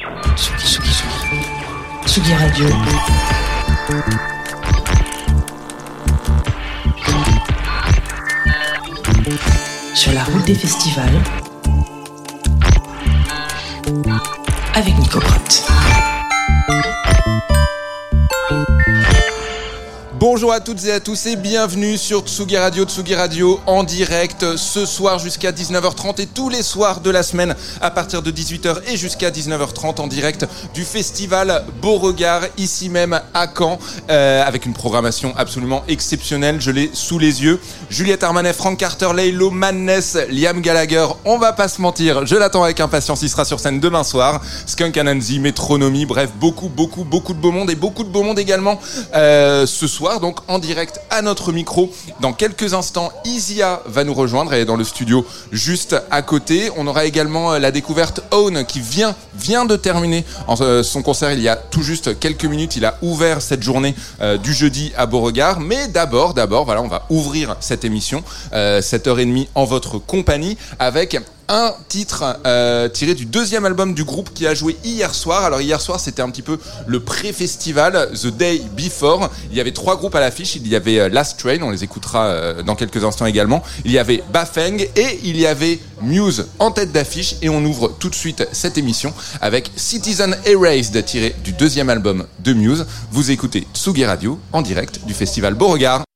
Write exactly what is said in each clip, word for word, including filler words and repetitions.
Tsugi, Tsugi, Tsugi. Tsugi Radio. Sur la route des festivals. Avec Nico Pratt. Bonjour à toutes et à tous et bienvenue sur Tsugi Radio, Tsugi Radio en direct ce soir jusqu'à dix-neuf heures trente et tous les soirs de la semaine à partir de dix-huit heures et jusqu'à dix-neuf heures trente en direct du festival Beauregard ici même à Caen euh, avec une programmation absolument exceptionnelle, je l'ai sous les yeux. Juliette Armanet, Frank Carter, Laylo, Madness, Liam Gallagher, on va pas se mentir, je l'attends avec impatience, il sera sur scène demain soir. Skunk Anansi, Metronomy, bref beaucoup beaucoup beaucoup de beau monde et beaucoup de beau monde également euh, ce soir. Donc en direct à notre micro. Dans quelques instants, Isia va nous rejoindre. Elle est dans le studio juste à côté. On aura également la découverte Own qui vient, vient de terminer son concert il y a tout juste quelques minutes. Il a ouvert cette journée euh, du jeudi à Beauregard. Mais d'abord, d'abord, voilà, on va ouvrir cette émission, euh, sept heures trente en votre compagnie avec un titre euh, tiré du deuxième album du groupe qui a joué hier soir. Alors hier soir c'était un petit peu le pré-festival, The Day Before. Il y avait trois groupes à l'affiche. Il y avait euh, Last Train, on les écoutera euh, dans quelques instants également. Il y avait Bafeng et il y avait Muse en tête d'affiche. Et on ouvre tout de suite cette émission avec Citizen Erased tiré du deuxième album de Muse. Vous écoutez Tsugi Radio en direct du festival Beauregard.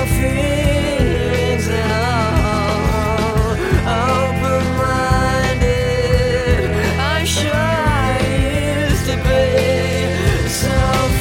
feelings at all. Open-minded, I'm sure I used to be so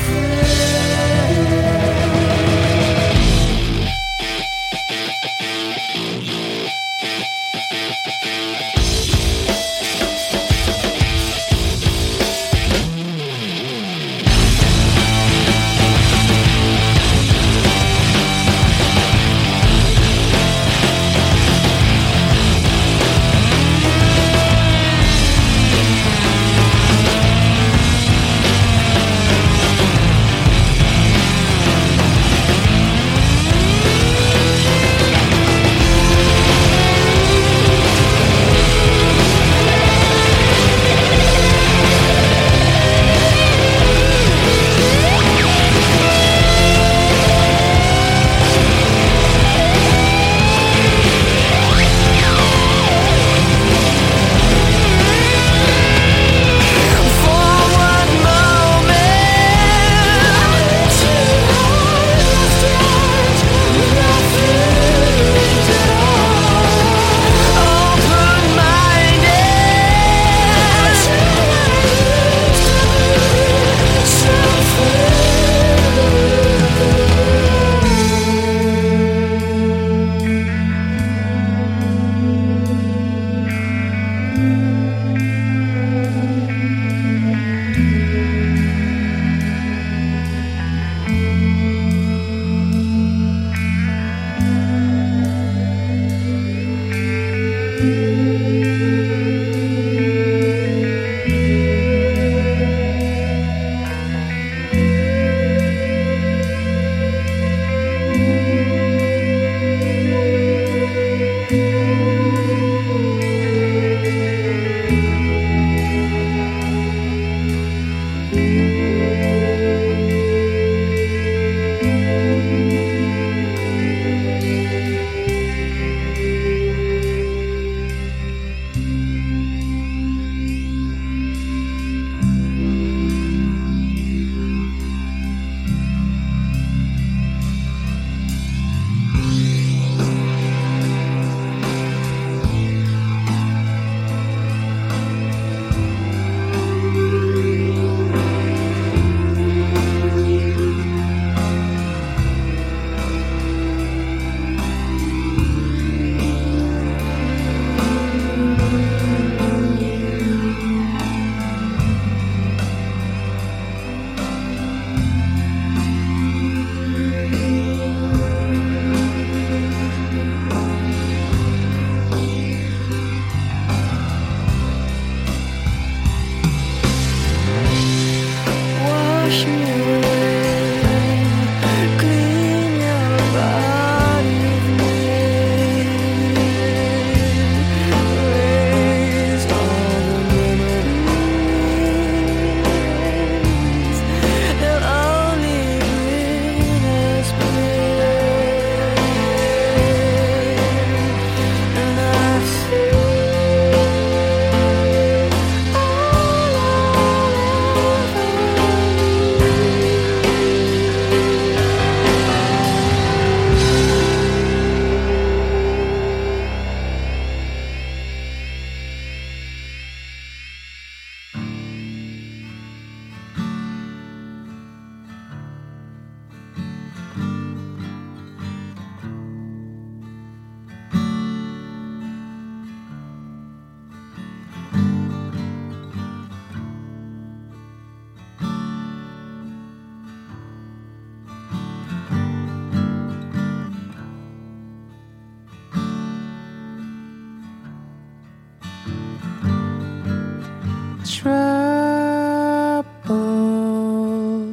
trouble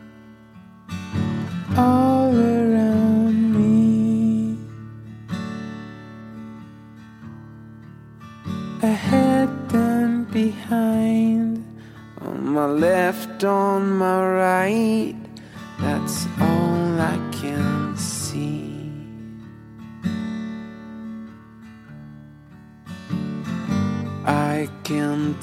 all around me, ahead and behind, on my left, on my right, that's all I can see. I can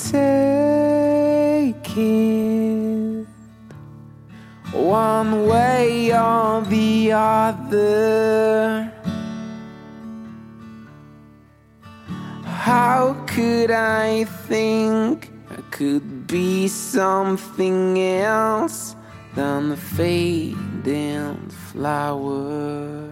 take it one way or the other. How could I think I could be something else than the fading flower?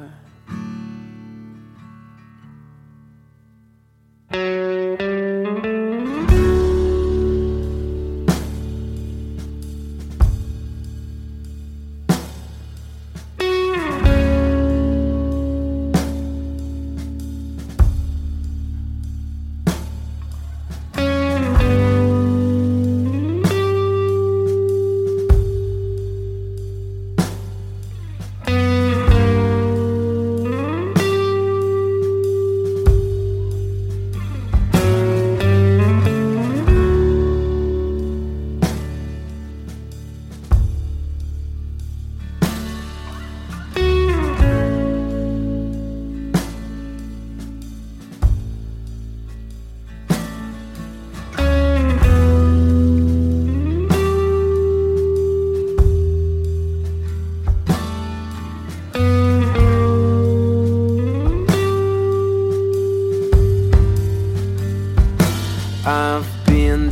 I've been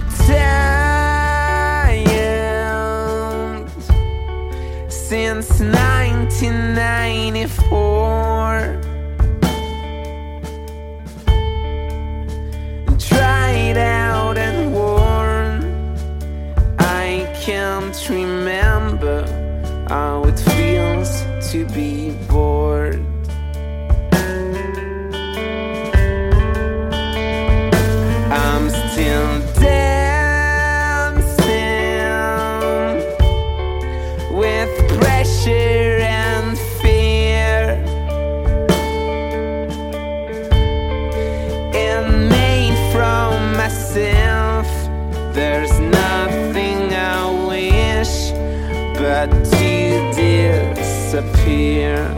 tired since nineteen ninety-four. Dried out and worn, I can't remember how it feels to be bored. I'm still dancing with pressure and fear, and made from myself. There's nothing I wish but to disappear.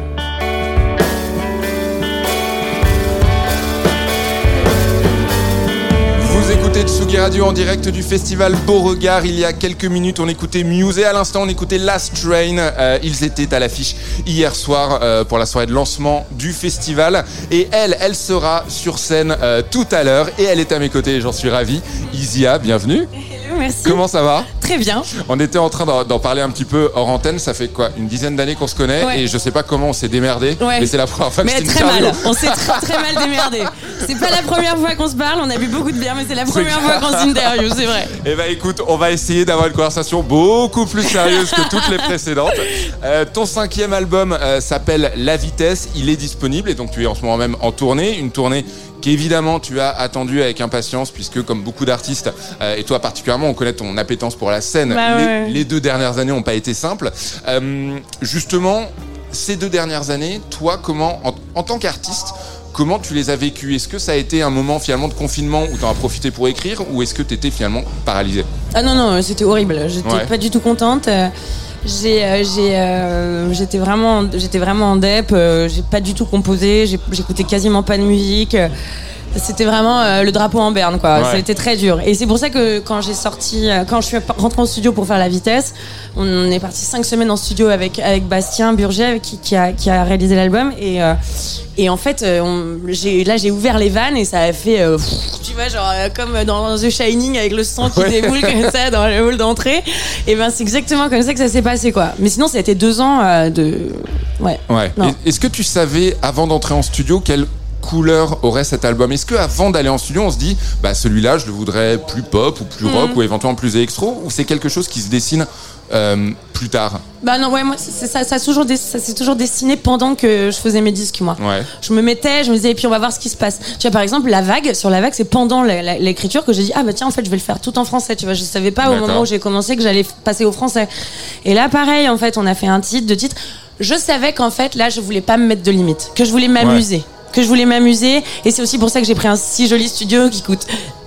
Vous écoutez Tsugi Radio en direct du festival Beauregard. Il y a quelques minutes, on écoutait Muse et à l'instant, on écoutait Last Train. Euh, ils étaient à l'affiche hier soir euh, pour la soirée de lancement du festival. Et elle, elle sera sur scène euh, tout à l'heure et elle est à mes côtés et j'en suis ravi. Isia, bienvenue. Hello, merci. Comment ça va ? Très bien. On était en train d'en, d'en parler un petit peu hors antenne. Ça fait quoi, une dizaine d'années qu'on se connaît Ouais. et je sais pas comment on s'est démerdé, Ouais. mais c'est la première fois que Mais je très t'interviewe. mal. On s'est très très mal démerdé. C'est pas la première fois qu'on se parle. On a bu beaucoup de bière, mais c'est la première fois qu'on s'interviewe, c'est vrai. Eh ben écoute, on va essayer d'avoir une conversation beaucoup plus sérieuse que toutes les précédentes. Euh, ton cinquième album euh, s'appelle La Vitesse. Il est disponible et donc tu es en ce moment même en tournée, une tournée qu'évidemment tu as attendu avec impatience puisque comme beaucoup d'artistes euh, et toi particulièrement on connaît ton appétence pour la scène. Bah les, ouais. les deux dernières années n'ont pas été simples. Euh, justement, ces deux dernières années, toi comment en, en tant qu'artiste, comment tu les as vécues ? Est-ce que ça a été un moment finalement de confinement où tu en as profité pour écrire ou est-ce que tu étais finalement paralysé ? Ah non non, c'était horrible. J'étais Ouais. pas du tout contente. Euh, J'ai, euh, j'ai, euh, j'étais vraiment, j'étais vraiment en dep. Euh, j'ai pas du tout composé. J'ai, j'écoutais quasiment pas de musique. Euh, C'était vraiment euh, le drapeau en berne, quoi. Ouais. Ça a été très dur. Et c'est pour ça que quand j'ai sorti, euh, quand je suis rentrée en studio pour faire La Vitesse, on est parti cinq semaines en studio avec avec Bastien Burger, avec qui, qui a qui a réalisé l'album. Et euh, et en fait, euh, on, j'ai, là j'ai ouvert les vannes et ça a fait, euh, pff, tu vois, genre euh, comme dans The Shining avec le sang qui Ouais. déboule comme ça dans le hall d'entrée. Et ben c'est exactement comme ça que ça s'est passé, quoi. Mais sinon, ça a été deux ans euh, de, ouais. Ouais. Non. Est-ce que tu savais avant d'entrer en studio quelle couleur aurait cet album ? Est-ce que avant d'aller en studio, on se dit, bah celui-là, je le voudrais plus pop ou plus rock ou éventuellement plus électro, ou c'est quelque chose qui se dessine euh, plus tard ? Bah non, ouais, moi, c'est, ça, ça, a toujours des, ça s'est toujours dessiné pendant que je faisais mes disques, moi. Ouais. Je me mettais, je me disais, et puis on va voir ce qui se passe. Tu vois, par exemple, La Vague, sur La Vague, c'est pendant la, la, l'écriture que j'ai dit, ah bah tiens, en fait, je vais le faire tout en français, tu vois. Je savais pas au D'accord. moment où j'ai commencé que j'allais passer au français. Et là, pareil, en fait, on a fait un titre, deux titres. Je savais qu'en fait, là, je voulais pas me mettre de limites, que je voulais m'amuser. Que je voulais m'amuser, et c'est aussi pour ça que j'ai pris un si joli studio qui coûte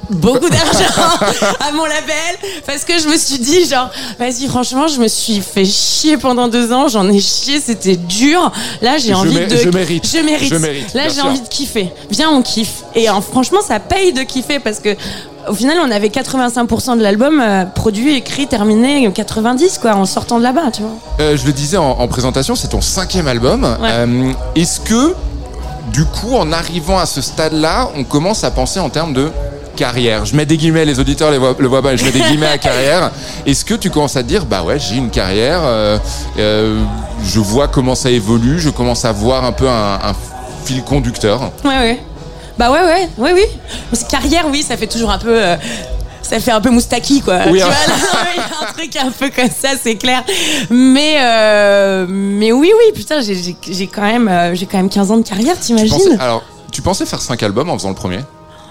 beaucoup d'argent à mon label parce que je me suis dit genre vas-y franchement je me suis fait chier pendant deux ans, j'en ai chié, c'était dur, là j'ai Je envie mé- de je mérite. je mérite, Je mérite, là bien j'ai sûr. envie de kiffer, viens on kiffe et euh, franchement ça paye de kiffer parce que au final on avait quatre-vingt-cinq pour cent de l'album euh, produit, écrit, terminé, quatre-vingt-dix quoi en sortant de là-bas tu vois. Euh, je le disais en, en présentation, c'est ton cinquième album. Ouais. Euh, est-ce que, du coup, en arrivant à ce stade-là, on commence à penser en termes de carrière? Je mets des guillemets, les auditeurs les voient, le voient pas, je mets des guillemets à carrière. Est-ce que tu commences à te dire, bah ouais, j'ai une carrière, euh, euh, je vois comment ça évolue, je commence à voir un peu un, un fil conducteur? Ouais ouais. Bah ouais ouais, oui oui. Parce que carrière oui, ça fait toujours un peu euh, ça fait un peu moustaki quoi. Oui, tu hein. vois, là, il y a un truc un peu comme ça, c'est clair. Mais euh, mais oui oui, putain, j'ai j'ai, j'ai quand même euh, j'ai quand même quinze ans de carrière, Tu t'imagines? pensais, alors, tu pensais faire cinq albums en faisant le premier?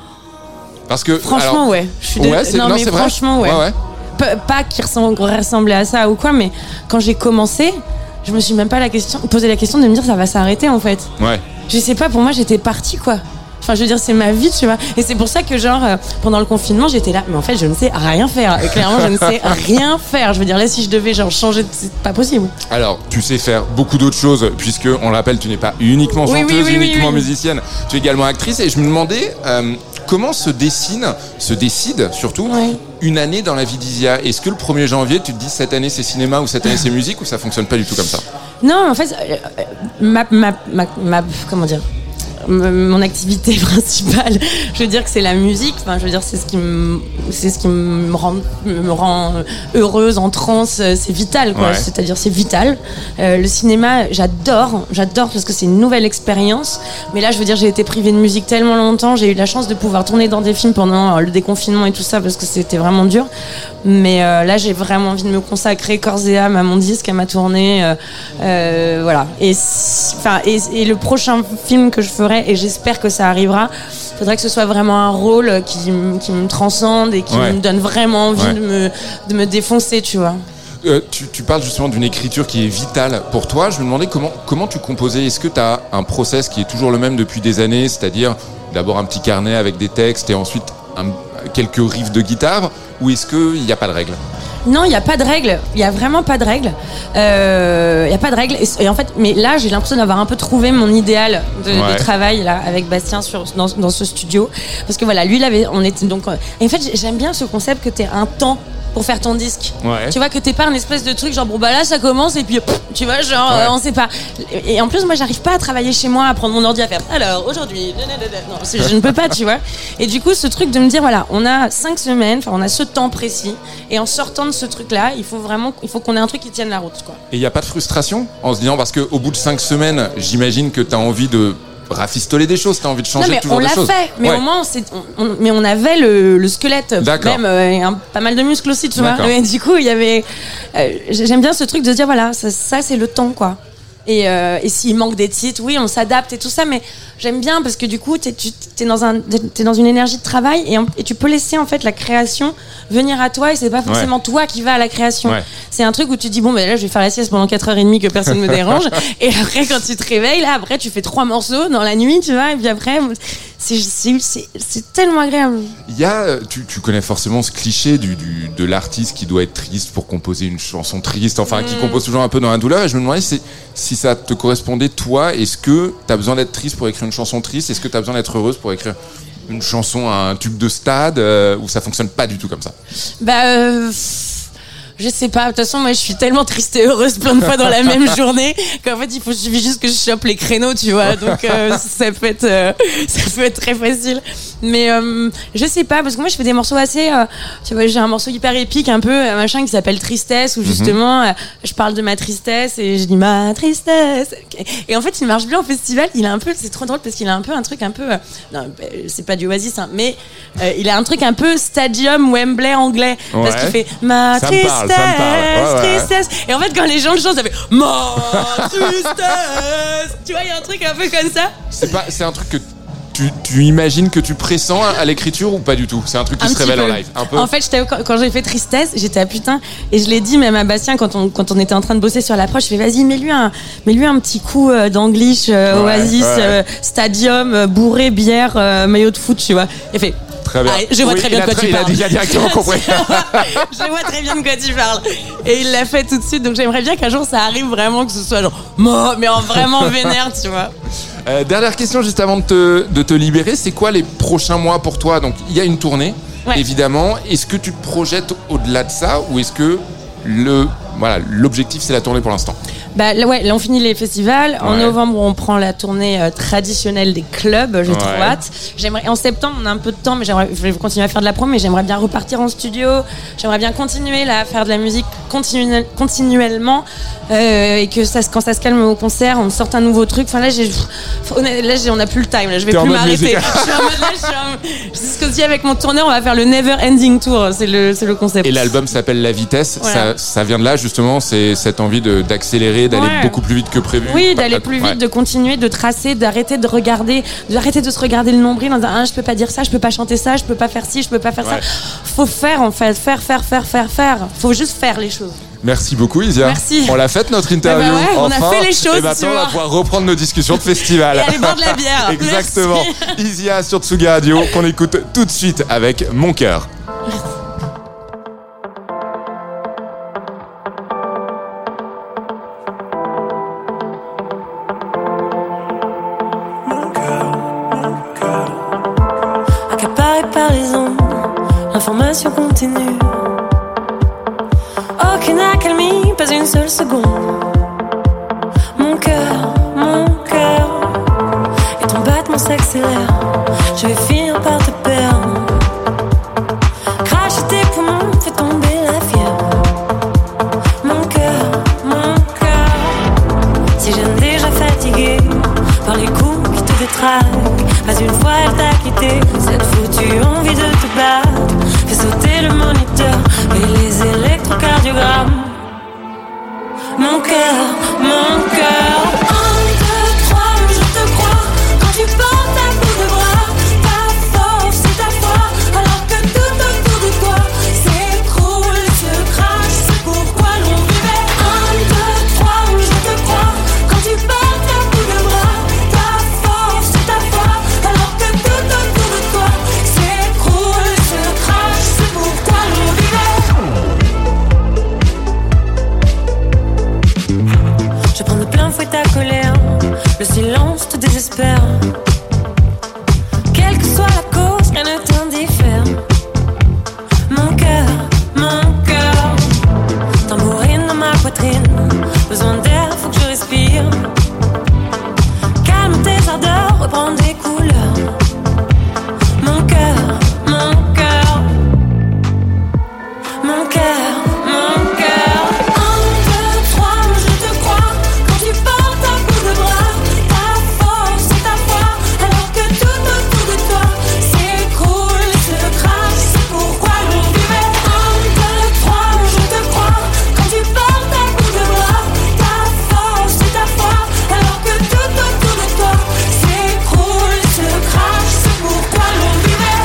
Parce que Franchement alors, ouais, je suis ouais, dé- c'est, non, non, mais c'est vrai. franchement ouais. Ouais, ouais. P- pas qui ressemble- ressemblait à ça ou quoi, mais quand j'ai commencé, je me suis même pas la question posé la question de me dire ça va s'arrêter en fait. Ouais. Je sais pas, pour moi j'étais partie quoi. Enfin, je veux dire, c'est ma vie, tu vois. Et c'est pour ça que, genre, euh, pendant le confinement, j'étais là. Mais en fait, je ne sais rien faire. Et clairement, je ne sais rien faire. Je veux dire, là, si je devais, genre, changer, de... c'est pas possible. Alors, tu sais faire beaucoup d'autres choses, puisque, on le rappelle, tu n'es pas uniquement Oui, chanteuse, oui, oui, uniquement oui, oui. musicienne, tu es également actrice. Et je me demandais euh, comment se dessine, se décide surtout, Ouais. une année dans la vie d'Isia. Est-ce que le premier janvier, tu te dis cette année c'est cinéma ou cette année c'est musique, ou ça fonctionne pas du tout comme ça? Non, en fait, euh, euh, ma, ma, ma, ma- comment dire, M- mon activité principale, je veux dire que c'est la musique. Enfin, je veux dire, c'est ce qui me, c'est ce qui me rend, me rend heureuse, en transe. C'est vital, quoi. Ouais. C'est-à-dire, c'est vital. Euh, le cinéma, j'adore, j'adore parce que c'est une nouvelle expérience. Mais là, je veux dire, j'ai été privée de musique tellement longtemps. J'ai eu la chance de pouvoir tourner dans des films pendant le déconfinement et tout ça parce que c'était vraiment dur. Mais euh, là, j'ai vraiment envie de me consacrer corps et âme à mon disque, à ma tournée, euh, euh, voilà. Et, enfin, et, et le prochain film que je ferai, et j'espère que ça arrivera, faudrait que ce soit vraiment un rôle qui, m- qui me transcende et qui Ouais. me donne vraiment envie Ouais. de me de me défoncer, tu vois. Euh, tu, tu parles justement d'une écriture qui est vitale pour toi. Je me demandais comment, comment tu composais. Est-ce que tu as un process qui est toujours le même depuis des années, c'est-à-dire d'abord un petit carnet avec des textes et ensuite un, quelques riffs de guitare, ou est-ce qu'il n'y a pas de règle? Non, il n'y a pas de règle. Il n'y a vraiment pas de règle. Euh, Il n'y a pas de règle. Et, et en fait, mais là, j'ai l'impression d'avoir un peu trouvé mon idéal de, Ouais. de travail là avec Bastien sur, dans, dans ce studio. Parce que voilà, lui, il avait, on était donc. Et en fait, j'aime bien ce concept que tu aies un temps pour faire ton disque. Ouais. Tu vois, que t'es pas un espèce de truc genre bon bah là ça commence et puis pff, tu vois genre Ouais. euh, on sait pas. Et en plus moi j'arrive pas à travailler chez moi, à prendre mon ordi à faire alors aujourd'hui non c'est- je ne peux pas, tu vois. Et du coup ce truc de me dire voilà on a cinq semaines, enfin on a ce temps précis et en sortant de ce truc là il faut vraiment il faut qu'on ait un truc qui tienne la route quoi. Et il n'y a pas de frustration en se disant, parce qu'au bout de cinq semaines, j'imagine que tu as envie de rafistoler des choses, tu as envie de changer Non mais toujours on des l'a choses. fait, mais Ouais. au moins on, s'est- on- on- mais on avait le, le squelette, D'accord. même euh, et un- pas mal de muscles aussi, tu vois. D'accord. Et du coup il y avait, euh, j'aime bien ce truc de dire voilà ça, ça c'est le temps quoi. Et, euh, et s'il manque des titres, oui, on s'adapte et tout ça, mais j'aime bien parce que du coup, t'es, tu es dans un, t'es dans une énergie de travail et, en- et tu peux laisser en fait la création venir à toi et c'est pas forcément toi qui vas à la création. Ouais. C'est un truc où tu dis bon, ben là, je vais faire la sieste pendant quatre heures trente que personne me dérange. Et après, quand tu te réveilles, là, après, tu fais trois morceaux dans la nuit, tu vois, et puis après, c'est, c'est, c'est, c'est tellement agréable. Il y a, tu, tu connais forcément ce cliché du, du, de l'artiste qui doit être triste pour composer une chanson triste, enfin qui compose toujours un peu dans la douleur. Et je me demandais si, si ça te correspondait toi. Est-ce que tu as besoin d'être triste pour écrire une chanson triste? Est-ce que tu as besoin d'être heureuse pour écrire une chanson à un tube de stade, euh, ou ça fonctionne pas du tout comme ça? Bah, euh, je sais pas. De toute façon, moi, je suis tellement triste et heureuse plein de fois dans la même journée qu'en fait, il faut suffit juste que je chope les créneaux, tu vois. Donc, euh, ça peut être, euh, ça peut être très facile. Mais euh, je sais pas parce que moi, je fais des morceaux assez. Euh, tu vois, j'ai un morceau hyper épique, un peu euh, machin qui s'appelle Tristesse, où justement, euh, je parle de ma tristesse et je dis ma tristesse. Et en fait, il marche bien au festival. Il a un peu, c'est trop drôle parce qu'il a un peu un truc un peu. Euh, non, bah, c'est pas du Oasis, hein, mais euh, il a un truc un peu Stadium Wembley anglais parce Ouais. qu'il fait ma Ça me tristesse. parle, ça me parle. Ouais, ouais. Tristesse. Et en fait, quand les gens le chantent, ça fait ma tristesse. Tu vois, il y a un truc un peu comme ça. C'est pas, c'est un truc que tu, tu imagines, que tu pressens à, à l'écriture, ou pas du tout? C'est un truc qui Un se petit révèle peu. en live. Un peu. En fait, j'étais- quand, quand j'ai fait Tristesse, j'étais à putain, et je l'ai dit même à Bastien quand on, quand on était en train de bosser sur l'approche, je fais vas-y, mets-lui un, mets-lui un petit coup euh, d'anglish, euh, Ouais, Oasis, ouais. euh, Stadium, euh, bourré, bière, euh, maillot de foot, tu vois. Il fait Très bien. Ah, je vois Oui, très bien il a de quoi très- tu il a parles. déjà directement compris. Je vois très bien de quoi tu parles. Et il l'a fait tout de suite. Donc j'aimerais bien qu'un jour ça arrive vraiment que ce soit genre, Mo- mais en vraiment vénère, tu vois. Euh, dernière question juste avant de te, de te libérer, c'est quoi les prochains mois pour toi? Donc il y a une tournée, Ouais. évidemment. Est-ce que tu te projettes au-delà de ça ou est-ce que le, voilà, l'objectif c'est la tournée pour l'instant? Bah là, ouais, là on finit les festivals. En Ouais. novembre, on prend la tournée euh, traditionnelle des clubs. J'ai Ouais. trop hâte. J'aimerais. En septembre, on a un peu de temps, mais j'aimerais. Je vais continuer à faire de la promo, mais j'aimerais bien repartir en studio. J'aimerais bien continuer là à faire de la musique continue- continuellement euh, et que ça, quand ça se calme au concert, on sorte un nouveau truc. Enfin là, j'ai. faut- honnête- Là, j'ai- on n'a plus le time. Là, je vais T'es en plus mode m'arrêter. musique. Je suis en mode là. Je suis en- C'est ce que je dis avec mon tourneur. On va faire le Never Ending Tour. C'est le, c'est le concept. Et l'album s'appelle La Vitesse. Voilà. Ça, ça vient de là justement, c'est cette envie de, d'accélérer, d'aller Ouais. beaucoup plus vite que prévu. Oui, d'aller plus vite, Ouais. de continuer, de tracer, d'arrêter de regarder, d'arrêter de se regarder le nombril en disant ah, je peux pas dire ça, je peux pas chanter ça, je peux pas faire ci, je peux pas faire Ouais. ça. Faut faire en fait, faire, faire, faire, faire, faire. Faut juste faire les choses. Merci beaucoup Isia. Merci. On l'a faite notre interview. Eh ben ouais, on a enfin. fait les choses, Et maintenant tu on va vois. pouvoir reprendre nos discussions de festival. Et aller boire de la bière. Exactement. Merci. Isia sur Tsugi Radio qu'on écoute tout de suite avec Mon cœur. Accaparé par les ondes, l'information continue. Aucune accalmie, pas une seule seconde. Mon cœur, mon cœur, et ton battement s'accélère. Je vais finir par te perdre. Cracher tes poumons, fait tomber la fièvre. Mon cœur, mon cœur, si j'aime déjà fatigué par les coups qui te détraquent. Pas une fois elle t'a quitté, cette foutue envie de te battre fait sauter le moniteur et les électrocardiogrammes. Mon cœur, mon cœur. Un, deux, trois, je te crois quand tu portes un bout de bras. Ta force et ta foi, alors que tout autour de toi s'écroule, se crache. C'est pourquoi l'on vivait. Un, deux, trois, je te crois quand tu portes un bout de bras. Ta force et ta foi, alors que tout autour de toi s'écroule, se crache. C'est pourquoi l'on vivait. Je prends de plein fouet ta colère, le silence te désespère. Quelle que soit la cause, rien ne t'indiffère. Mon cœur, mon cœur, tambourine dans ma poitrine. Besoin d'air, faut que je respire. Calme tes ardeurs, reprends des couleurs. Mon cœur, mon cœur, mon cœur, mon cœur. Un, deux, trois, je te crois quand tu portes un bout de bras. Ta force et ta foi, alors que tout autour de toi s'écroule, se crache. C'est pourquoi l'on vivait. Un, deux, trois, je te crois quand tu portes un bout de bras. Ta force et ta foi, alors que tout autour de toi s'écroule, se crache. C'est pourquoi l'on vivait.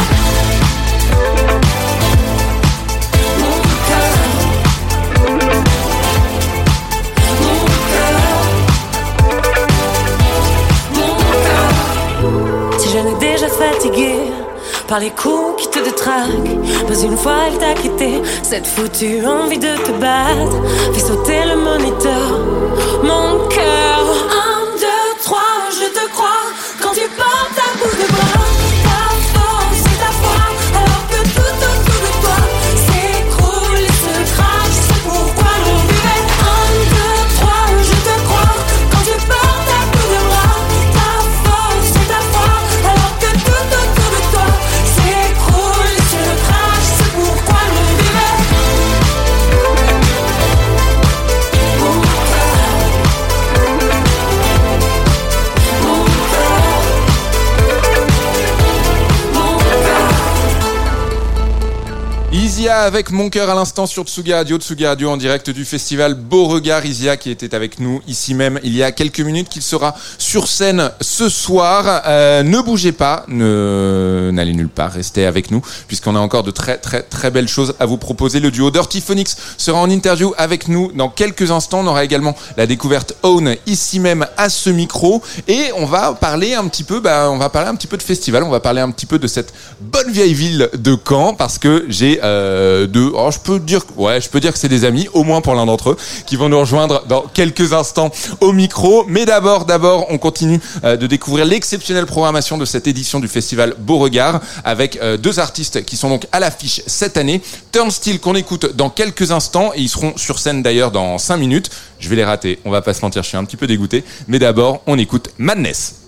Mon cœur, mon cœur, mon cœur. Si je n'ai déjà fatigué par les coups qui te détraquent, pas une fois elle t'a quitté, cette foutue envie de te battre fait sauter le moniteur. Mon cœur, un, deux, trois, je te crois quand tu portes un bout de bras. Ta force et ta foi, alors que tout autour de toi s'écroule et se crache. C'est pourquoi l'on vivait. Un, deux, trois, je te crois quand tu portes un bout de bras. Ta force et ta foi, alors que tout autour de toi s'écroule et se crache. C'est pourquoi l'on vivait. Mon cœur, Isia avec Mon Cœur à l'instant sur Tsugi Radio, Tsugi Radio en direct du festival Beauregard. Isia qui était avec nous ici même il y a quelques minutes, qu'il sera sur scène ce soir. Euh, ne bougez pas, ne n'allez nulle part, restez avec nous puisqu'on a encore de très très très belles choses à vous proposer. Le duo Dirty Phonics sera en interview avec nous dans quelques instants. On aura également la découverte Own ici même à ce micro et on va parler un petit peu, bah, on va parler un petit peu de festival, on va parler un petit peu de cette bonne vieille ville de Caen parce que j'ai euh, deux, oh, je peux dire, ouais, je peux dire que c'est des amis, au moins pour l'un d'entre eux, qui vont nous rejoindre dans quelques instants au micro. Mais d'abord, d'abord, on continue euh, de découvrir l'exceptionnelle programmation de cette édition du festival Beauregard avec euh, deux artistes qui sont donc à l'affiche cette année. Turnstile qu'on écoute dans quelques instants et ils seront sur scène d'ailleurs dans cinq minutes. Je vais les rater, on va pas se mentir, je suis un petit peu dégoûté. Mais d'abord, on écoute Madness.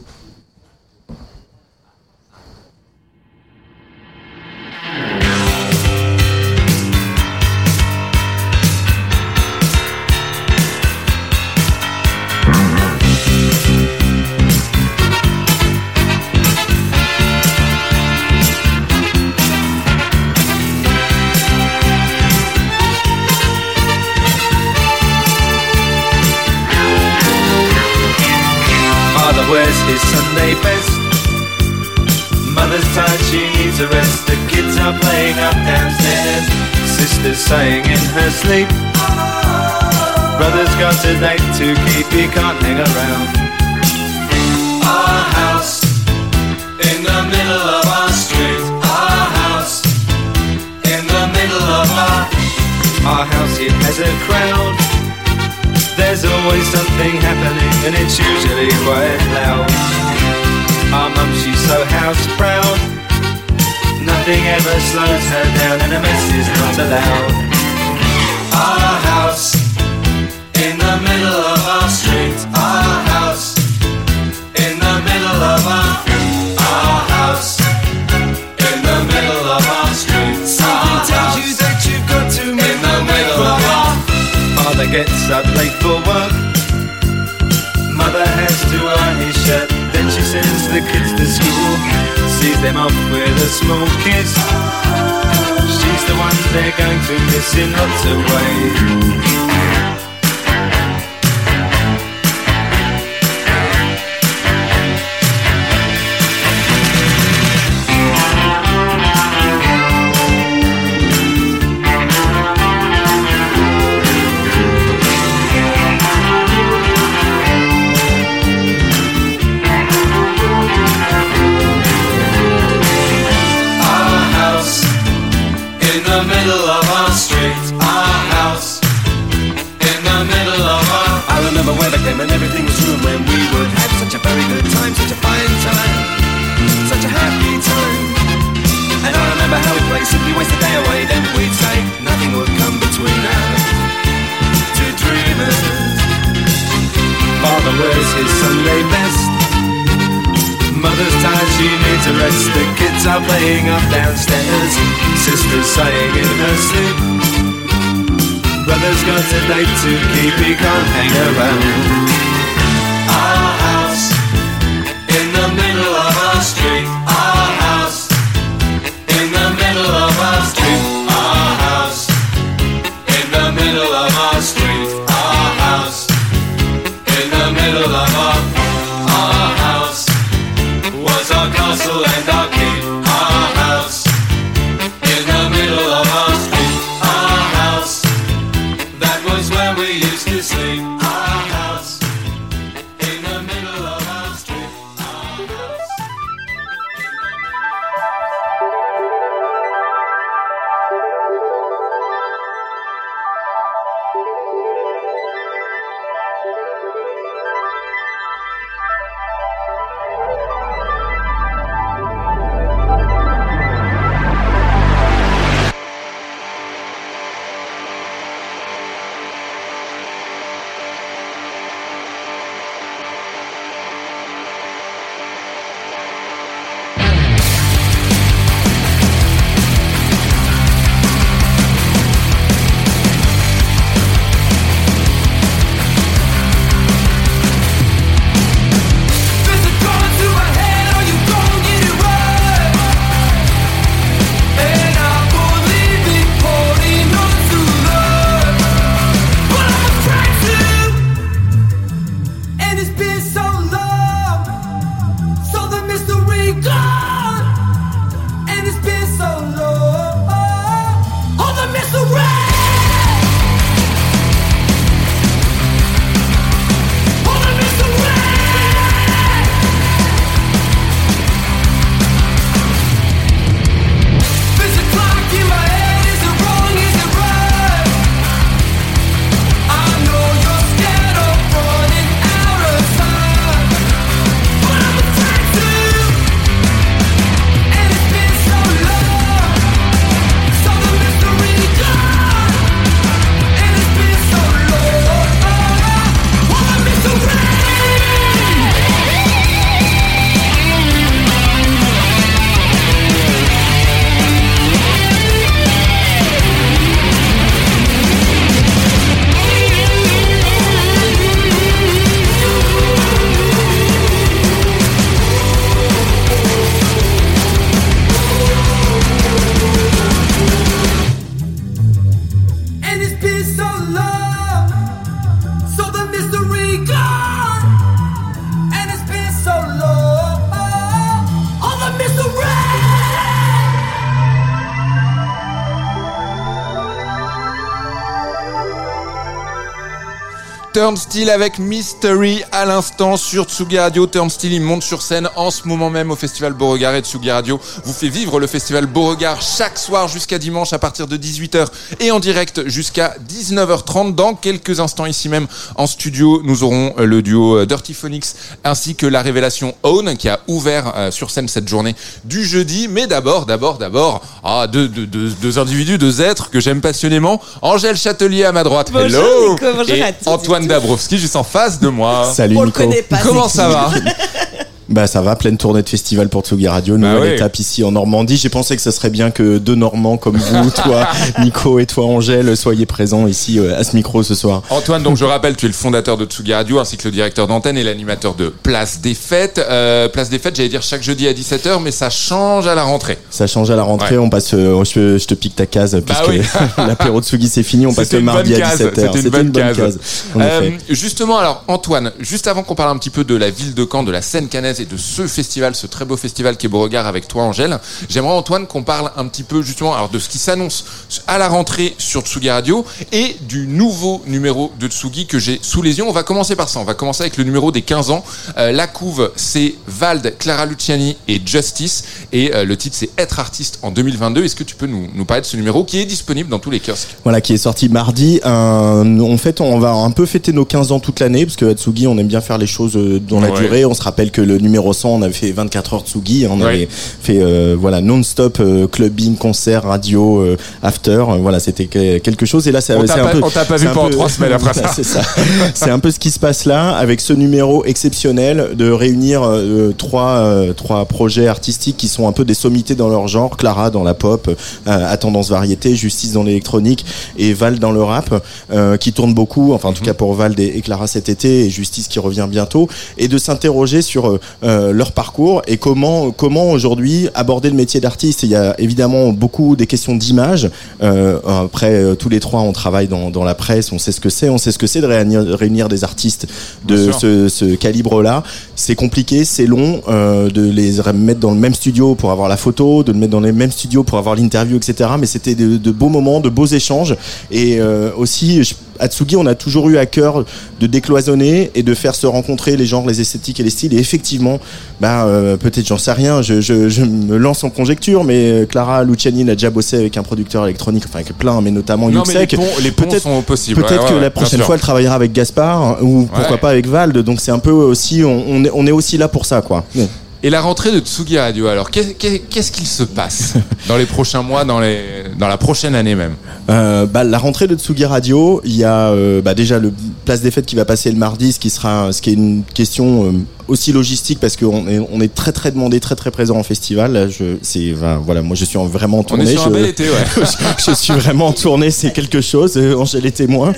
Wears his Sunday best. Mother's tired, she needs a rest. The kids are playing up downstairs. Sister's sighing in her sleep. Brother's got a date to keep, he can't hang around. Our house in the middle of our street. Our house in the middle of our Our house, it has a crowd. There's always something happening and it's usually quite loud. Our mum, she's so house proud. Nothing ever slows her down and a mess is not allowed. Our house in the middle of our street. Our house in the middle of our Our house in the middle of our street. Something tells you that you've got to make the middle of our Father gets up late for work. Mother has to iron his shirt. Then she sends the kids to school, sees them off with a small kiss. She's the one they're going to miss in lots of ways. And everything was room when we would have such a very good time, such a fine time, such a happy time. And I remember how we played, simply waste the day away. Then we'd say nothing would come between us, two dreamers. Father wears his Sunday best. Mother's tired, she needs a rest. The kids are playing up downstairs. Sister's sighing in her sleep. Brother's got a date to keep, he can't hang around. Our house in the middle of our street. Our house in the middle of our street. Our house in the middle of our street. Our house in the middle of our Our house was our castle and our keep. Our house in the middle of our street. Our house, that was where we used to sleep. Our house in the middle of our street. Our house. Turnstile avec Mystery à l'instant sur Tsugi Radio. Turnstile, il monte sur scène en ce moment même au Festival Beauregard, et Tsugi Radio vous fait vivre le Festival Beauregard chaque soir jusqu'à dimanche à partir de dix-huit heures et en direct jusqu'à dix-neuf heures trente. Dans quelques instants ici même en studio, nous aurons le duo Dirty Phonics ainsi que la révélation Own qui a ouvert euh, sur scène cette journée du jeudi. Mais d'abord, d'abord, d'abord, ah, deux, deux, deux, deux individus, deux êtres que j'aime passionnément. Angèle Châtelier à ma droite. Bonjour, hello. Nico, bonjour et à tous. Antoine Dabrowski juste en face de moi. Salut On Nico. le connaît pas. Comment ça va? Bah ça va, pleine tournée de festival pour Tsugi Radio, bah nouvelle oui. étape ici en Normandie. J'ai pensé que ce serait bien que deux Normands comme vous, toi Nico et toi Angèle, soyez présents ici euh, à ce micro ce soir. Antoine, donc je rappelle, tu es le fondateur de Tsugi Radio ainsi que le directeur d'antenne et l'animateur de Place des Fêtes. Euh, Place des Fêtes, j'allais dire chaque jeudi à dix-sept heures, mais ça change à la rentrée. Ça change à la rentrée, Ouais. on passe, euh, je, je te pique ta case puisque oui. l'apéro de Tsugi c'est fini, on passe C'était le une mardi bonne à case, dix-sept heures. C'était une bonne case. case. En Euh, effet. justement, alors Antoine, juste avant qu'on parle un petit peu de la ville de Caen, de la scène caennaise et de ce festival, ce très beau festival qui est Beauregard avec toi Angèle, j'aimerais Antoine qu'on parle un petit peu justement alors de ce qui s'annonce à la rentrée sur Tsugi Radio et du nouveau numéro de Tsugi que j'ai sous les yeux. On va commencer par ça, on va commencer avec le numéro des quinze ans. Euh, la couve, c'est Vald, Clara Luciani et Justice, et euh, le titre c'est Être artiste en deux mille vingt-deux. Est-ce que tu peux nous, nous parler de ce numéro qui est disponible dans tous les kiosques? Voilà, qui est sorti mardi. Euh, en fait, on va un peu fêter nos quinze ans toute l'année, parce que à Tsugi, on aime bien faire les choses dans la Ouais. durée. On se rappelle que le numéro cent, on avait fait vingt-quatre heures Tsugi. On Ouais. avait fait euh, voilà non-stop euh, clubbing, concert, radio, euh, after. Euh, voilà, c'était que- quelque chose. Et là, ça, On c'est t'a un pas- peu. on t'a pas c'est vu un pendant peu- trois semaines après ça. C'est ça. C'est un peu ce qui se passe là, avec ce numéro exceptionnel de réunir euh, trois euh, trois projets artistiques qui sont un peu des sommités dans leur genre. Clara dans la pop, euh, à tendance variété, Justice dans l'électronique et Val dans le rap, euh, qui tourne beaucoup, enfin en tout cas pour Val et, et Clara cet été, et Justice qui revient bientôt, et de s'interroger sur euh, leur parcours et comment comment aujourd'hui aborder le métier d'artiste. Il y a évidemment beaucoup des questions d'image. Euh, après, euh, tous les trois, on travaille dans, dans la presse, on sait ce que c'est, on sait ce que c'est de réunir, réunir des artistes Bien de sûr. ce, ce calibre-là. C'est compliqué, c'est long euh, de les mettre dans le même studio pour avoir la photo, de le mettre dans les mêmes studios pour avoir l'interview, et cetera. Mais c'était de, de beaux moments, de beaux échanges. Et euh, aussi, je, à Tsugi, on a toujours eu à cœur de décloisonner et de faire se rencontrer les genres, les esthétiques et les styles. Et effectivement, bah, euh, peut-être, j'en sais rien, je, je, je me lance en conjecture, mais Clara Luciani a déjà bossé avec un producteur électronique, enfin avec plein, mais notamment Non, mais les Yuxek. ponts, les ponts Peut-être- sont possibles. Peut-être Ouais, que ouais, la bien prochaine sûr. fois, elle travaillera avec Gaspard ou pourquoi Ouais. pas avec Vald. Donc c'est un peu aussi, on, on, est, on est aussi là pour ça, quoi. Et la rentrée de Tsugi Radio, alors qu'est- qu'est- qu'est-ce qu'il se passe dans les prochains mois, dans, les, dans la prochaine année même? Euh, bah, la rentrée de Tsugi Radio, il y a euh, bah, déjà le Place des Fêtes qui va passer le mardi, ce qui sera, ce qui est une question euh, aussi logistique parce qu'on est, on est très très demandé, très très présent en festival. Là, je, c'est, enfin, voilà, moi je suis en- vraiment en On tournée. est sur un je, bel été, ouais. je, je suis vraiment en tournée, c'est quelque chose. euh, Angèle est témoin.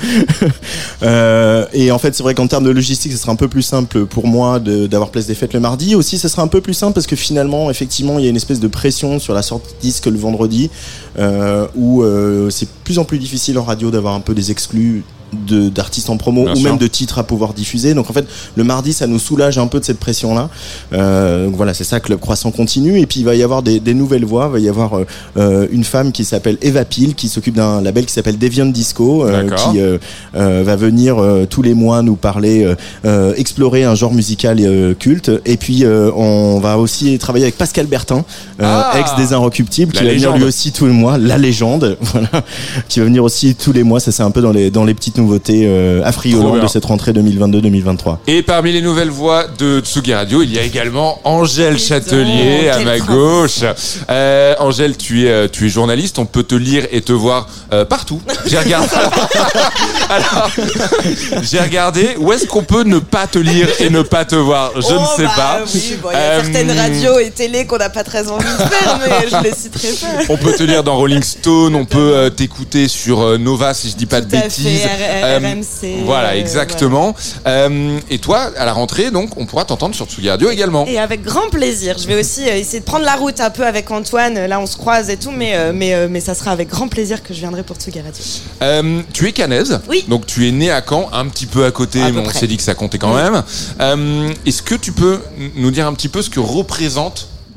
euh, et en fait, c'est vrai qu'en termes de logistique, ce sera un peu plus simple pour moi de, d'avoir Place des Fêtes le mardi. Aussi, ce sera un peu plus simple parce que finalement, effectivement, il y a une espèce de pression sur la sortie de disque le vendredi, euh, où euh, c'est de plus en plus difficile en radio d'avoir un peu des exclus de, d'artistes en promo Bien ou sûr. même de titres à pouvoir diffuser. Donc en fait, le mardi, ça nous soulage un peu de cette pression-là. Euh, donc voilà, c'est ça, Club Croissant continue. Et puis il va y avoir des, des nouvelles voix. Il va y avoir euh, une femme qui s'appelle Eva Peel, qui s'occupe d'un label qui s'appelle Deviant Disco, euh, D'accord. qui euh, euh, va venir euh, tous les mois nous parler, euh, euh, explorer un genre musical euh, culte. Et puis euh, on va aussi travailler avec Pascal Bertin, euh, Ah, ex des Inrecuptibles, la qui va venir légende. lui aussi tous les mois, la légende, voilà, qui va venir aussi tous les mois. Ça c'est un peu dans les dans les petites nouveautés euh, Trop affriolantes bien. de cette rentrée deux mille vingt-deux deux mille vingt-trois. Et parmi les nouvelles voix de Tsugi Radio, il y a également Angèle Dis Châtelier donc, à quelle ma princesse. gauche. Euh, Angèle, tu es, euh, tu es journaliste, on peut te lire et te voir euh, partout. J'ai regardé. Alors, j'ai regardé. Où est-ce qu'on peut ne pas te lire et ne pas te voir? Je Oh, ne sais bah, pas. Oui, bon, il y a Euh, certaines radios et télé qu'on n'a pas très envie de faire, mais je les citerai pas. On peut te lire dans Rolling Stone, on peut euh, t'écouter sur euh, Nova si je dis pas de Tout à bêtises. fait, R- Euh, R M C. Voilà, euh, exactement. Euh, et toi, à la rentrée, donc, on pourra t'entendre sur Tsugi Radio également. Et avec grand plaisir. Je vais aussi euh, essayer de prendre la route un peu avec Antoine. Là, on se croise et tout, mais, euh, mais, euh, mais ça sera avec grand plaisir que je viendrai pour Tsugi Radio. Euh, tu es canaise, Oui. donc tu es né à Caen, un petit peu à côté, À peu mais on près. s'est dit que ça comptait quand Oui. même. Euh, Est-ce que tu peux nous dire un petit peu ce que représente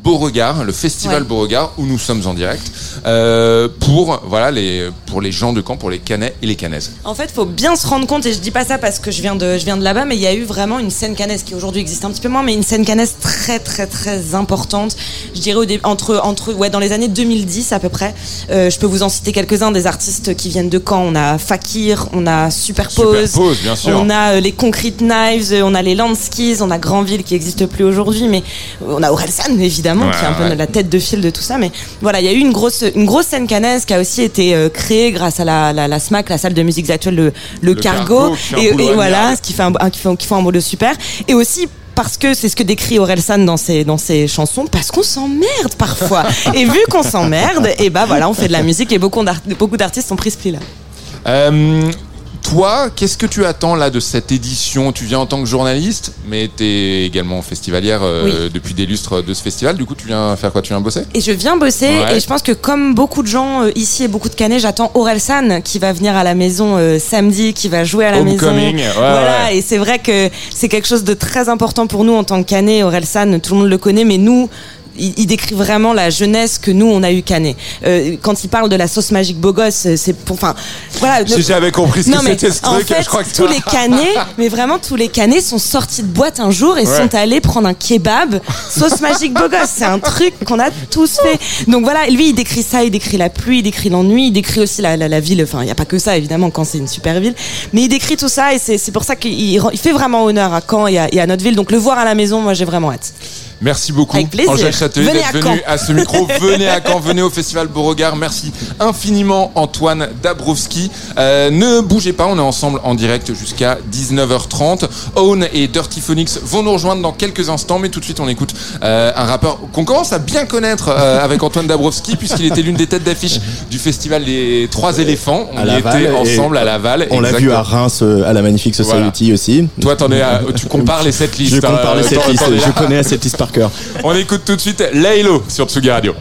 Beauregard, le festival Ouais. Beauregard, où nous sommes en direct, euh, pour, voilà, les, pour les gens de Caen, pour les Canais et les Canaises. En fait, faut bien se rendre compte, et je dis pas ça parce que je viens de, je viens de là-bas, mais il y a eu vraiment une scène cannaise qui aujourd'hui existe un petit peu moins, mais une scène cannaise très, très, très importante. Je dirais au dé- entre, entre, ouais, dans les années deux mille dix à peu près. Euh, je peux vous en citer quelques-uns des artistes qui viennent de Caen. On a Fakir, on a Superpose, Superpose, bien sûr. on a euh, les Concrete Knives, on a les Landskis, on a Grandville qui n'existe plus aujourd'hui, mais on a Orelsan évidemment, Ouais, qui est un peu ouais. la tête de file de tout ça. Mais voilà, il y a eu une grosse, une grosse scène cannaise qui a aussi été euh, créée grâce à la, la, la SMAC, la salle de musique actuelle, le, le, Le Cargo, Cargo, qui fait un et, boulot et voilà, admirable. ce qui fait un, un- qui fait, qui font un boulot super. Et aussi parce que c'est ce que décrit Orelsan dans ses, dans ses chansons, parce qu'on s'emmerde parfois. Et vu qu'on s'emmerde, et bah voilà, on fait de la musique et beaucoup, d'art- beaucoup d'artistes ont pris ce pli-là. Euh, toi, qu'est-ce que tu attends là de cette édition? Tu viens en tant que journaliste, mais tu es également festivalière euh, depuis des lustres de ce festival. Du coup, tu viens faire quoi? Tu viens bosser? Et je viens bosser, Ouais. et je pense que comme beaucoup de gens euh, ici et beaucoup de Canets, j'attends Orelsan qui va venir à la maison euh, samedi, qui va jouer à la Homecoming, maison. ouais, voilà, ouais. et c'est vrai que c'est quelque chose de très important pour nous en tant que Canets. Orelsan, tout le monde le connaît, mais nous, il, il décrit vraiment la jeunesse que nous on a eu Canet. Euh, quand il parle de la sauce magique beau gosse, c'est pour, enfin, voilà. J'ai jamais compris ce Non, que mais c'était ce en truc. fait, je crois que tous toi- les Canets, mais vraiment tous les Canets sont sortis de boîte un jour et Ouais. sont allés prendre un kebab sauce magique beau gosse. C'est un truc qu'on a tous fait. Donc voilà, lui il décrit ça, il décrit la pluie, il décrit l'ennui, il décrit aussi la, la, la ville. Enfin, il y a pas que ça évidemment quand c'est une super ville, mais il décrit tout ça et c'est c'est pour ça qu'il il il fait vraiment honneur à Caen et à, et à notre ville. Donc le voir à la maison, moi j'ai vraiment hâte. Merci beaucoup, Avec plaisir. Angèle Châtelier, Venez d'être à venu Caen. à ce micro. Venez à Caen, venez au Festival Beauregard. Merci infiniment, Antoine Dabrowski. Euh, ne bougez pas, on est ensemble en direct jusqu'à dix-neuf heures trente. Own et Dirty Phonics vont nous rejoindre dans quelques instants, mais tout de suite, on écoute euh, un rappeur qu'on commence à bien connaître euh, avec Antoine Dabrowski, puisqu'il était l'une des têtes d'affiche du Festival des Trois Éléphants. On À y Laval, était et ensemble à Laval. On l'a vu exactement. à Reims euh, à la Magnifique Society aussi. Toi, t'en es à- tu compares les sept listes. Je compare hein, les sept t'en- listes. t'en es là. Je connais cette liste par cœur. On écoute tout de suite Laylo sur Tsugi Radio.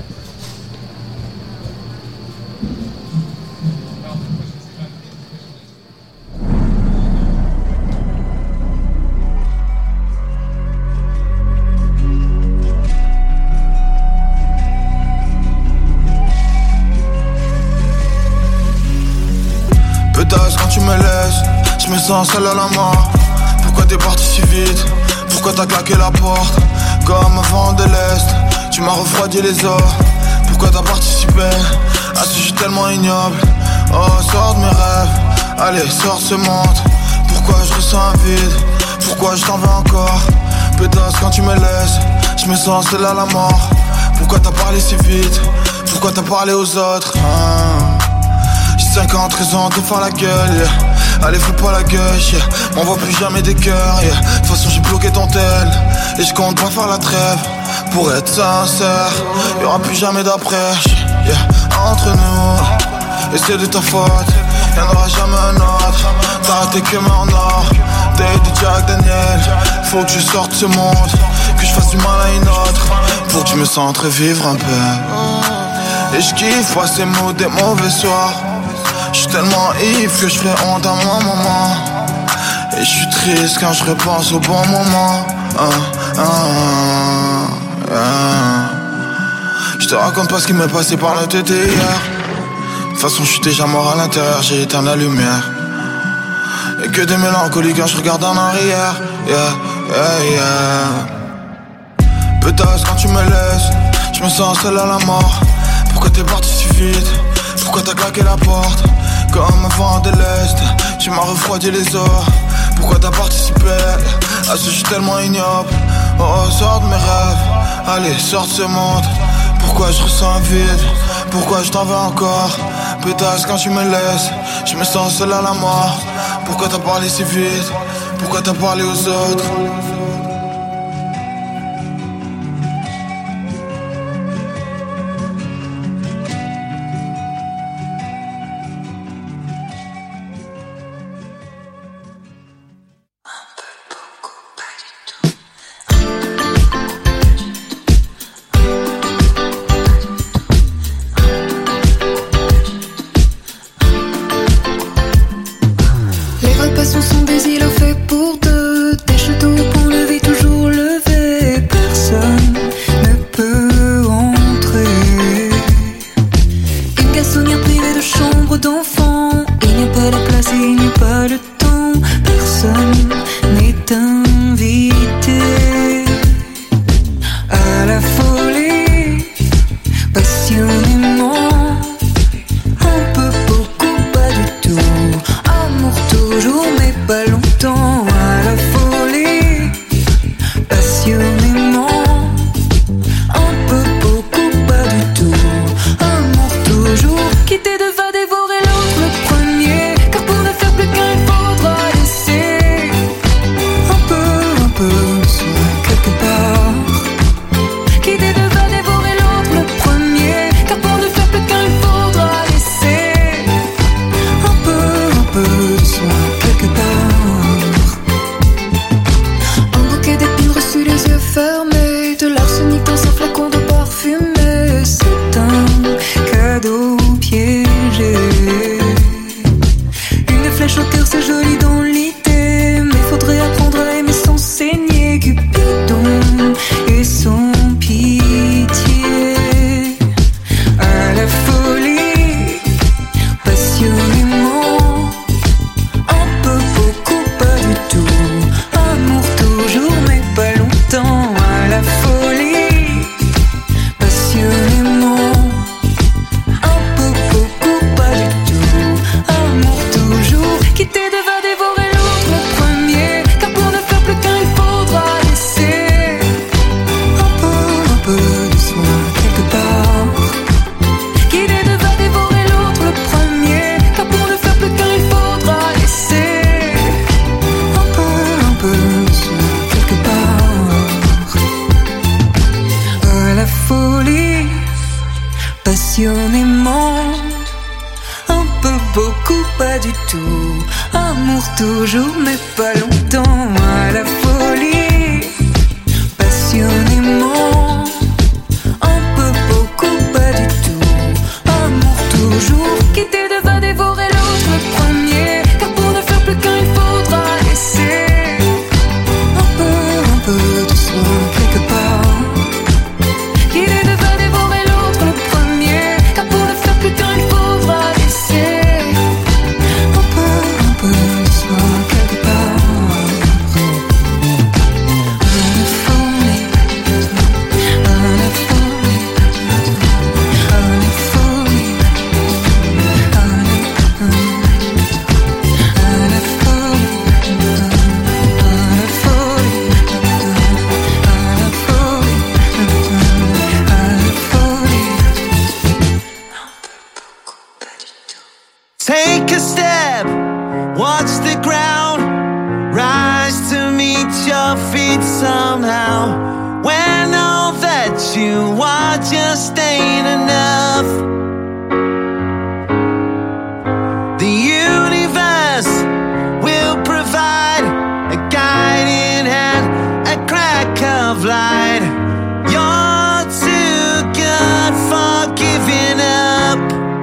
Pétasse quand tu me laisses, je me sens seul à la mort. Pourquoi t'es parti si vite? Pourquoi t'as claqué la porte? Comme un vent de l'Est, tu m'as refroidi les os. Pourquoi t'as participé à ce jeu tellement ignoble? Oh, sors de mes rêves, allez, sors ce monde. Pourquoi je ressens un vide? Pourquoi je t'en veux encore? Pétasse quand tu me laisses, je me sens seul à la mort. Pourquoi t'as parlé si vite? Pourquoi t'as parlé aux autres? Hein? J'ai cinquante raisons de faire la gueule, yeah. Allez, fais pas la gueule, yeah. M'envoie plus jamais des cœurs, yeah. De toute façon j'ai bloqué ton tel, et je compte pas faire la trêve. Pour être sincère, y'aura plus jamais d'après, yeah. Entre nous, et c'est de ta faute, y'en aura jamais un autre. T'as raté que main en or, t'es de Jack Daniel. Faut que je sorte ce monde, que je fasse du mal à une autre, pour que je me sente revivre un peu. Et je kiffe pas ces mots des mauvais soirs. J'suis tellement ivre que je fais honte à ma maman. Et je suis triste quand je repense au bon moment. Ah, ah, ah, ah. Je te raconte pas ce qui m'est passé par la tête hier. De toute façon je suis déjà mort à l'intérieur, j'ai éteint la lumière. Et que des mélancolies quand je regarde en arrière. Yeah, yeah, yeah. Pétasse quand tu me laisses, je me sens seul à la mort. Pourquoi t'es parti si vite? Pourquoi t'as claqué la porte? Comme un vent de l'Est, tu m'as refroidi les os. Pourquoi t'as participé à ce jeu tellement ignoble? Oh, sors de mes rêves, allez, sors de ce monde. Pourquoi je ressens un vide? Pourquoi je t'en veux encore? Pétasse quand tu me laisses, je me sens seul à la mort. Pourquoi t'as parlé si vite? Pourquoi t'as parlé aux autres? Les repas sont des îlots faits pour deux, des châteaux pour le la folie, passionnément. Un peu, beaucoup, pas du tout. Amour toujours, quitter devant dévorer l'autre le premier. Car pour ne faire plus qu'un, il faudra laisser un peu, un peu de soin quelque part. Quitter devant dévorer l'autre le premier. Car pour ne faire plus qu'un, il faudra laisser un peu, un peu de soin quelque part. À la folie, passionnément. Un peu, beaucoup, pas du tout. Amour toujours, mais pas longtemps. À la folie, passionnément. Un peu, beaucoup, pas du tout. Amour toujours, quitter devant dévorer l'autre le premier. Car pour ne faire plus qu'un, il faudra laisser un peu, un peu de soin quelque part. Quitter devant dévorer l'autre le premier. Car pour ne faire plus qu'un, il faudra laisser un peu, un peu de soin quelque part. À la folie, à la folie, à la folie, à la folie, à la folie, à la folie, à la folie. Take a step, watch the ground, rise to meet your feet somehow. When all that you are just ain't enough, the universe will provide a guiding hand, a crack of light. You're too good for giving up.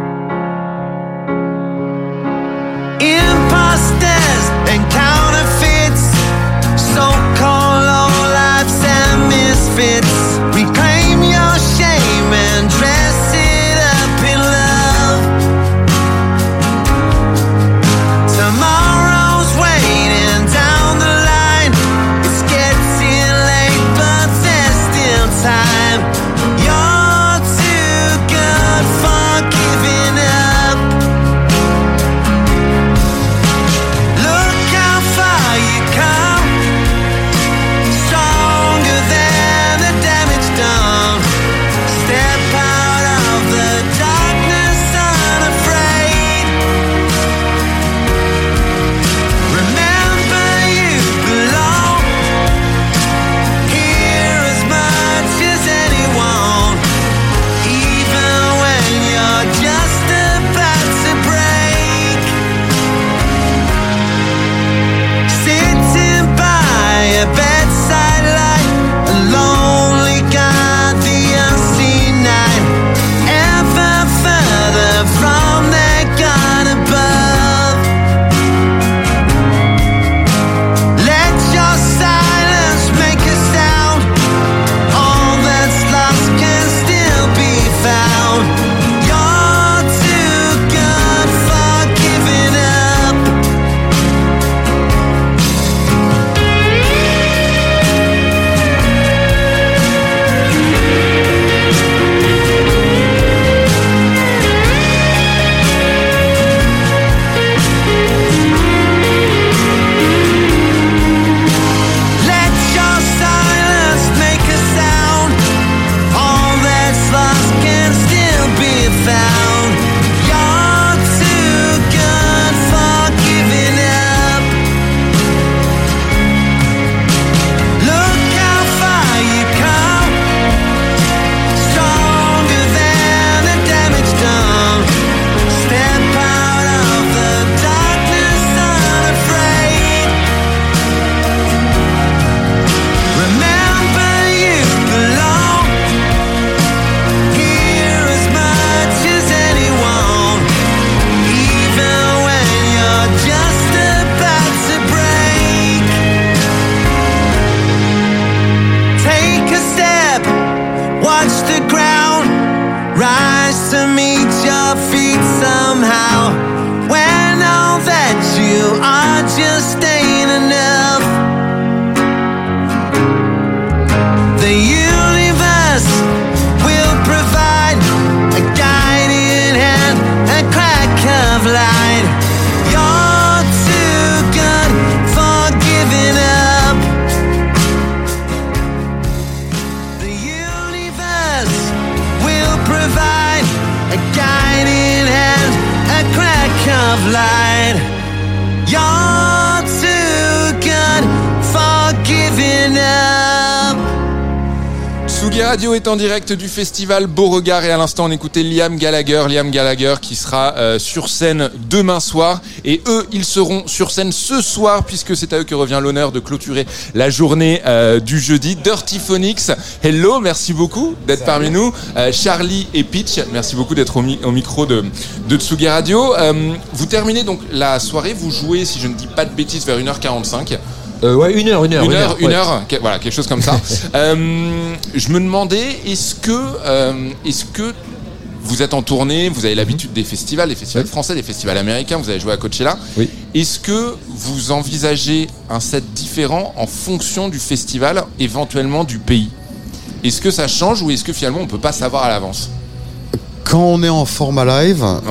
Imposters and counterfeits, so-called low-lifes and misfits. Reclaim your shame and dress it up in love. Tomorrow's waiting down the line. It's getting late, but there's The universe will provide a guiding hand, a crack of light. You're too good for giving up. The universe will provide a guiding hand, a crack of light. You're too good for giving up. Tsugi Radio est en direct du festival Beauregard et à l'instant on écoutait Liam Gallagher, Liam Gallagher qui sera euh, sur scène demain soir et eux ils seront sur scène ce soir puisque c'est à eux que revient l'honneur de clôturer la journée euh, du jeudi. Dirty Phonics, hello, merci beaucoup d'être Salut. Parmi nous. Euh, Charlie et Pitch, merci beaucoup d'être au, mi- au micro de, de Tsugi Radio. Euh, vous terminez donc la soirée, vous jouez si je ne dis pas de bêtises vers une heure quarante-cinq. Euh, ouais, une heure, une heure. Une, une heure, heure, une ouais. heure, que, voilà, quelque chose comme ça. euh, je me demandais, est-ce que, euh, est-ce que vous êtes en tournée, vous avez l'habitude des festivals, des festivals oui. français, des festivals américains, vous avez joué à Coachella. Oui. Est-ce que vous envisagez un set différent en fonction du festival, éventuellement du pays ? Est-ce que ça change ou est-ce que finalement on peut pas savoir à l'avance ? Quand on est en format live, ouais.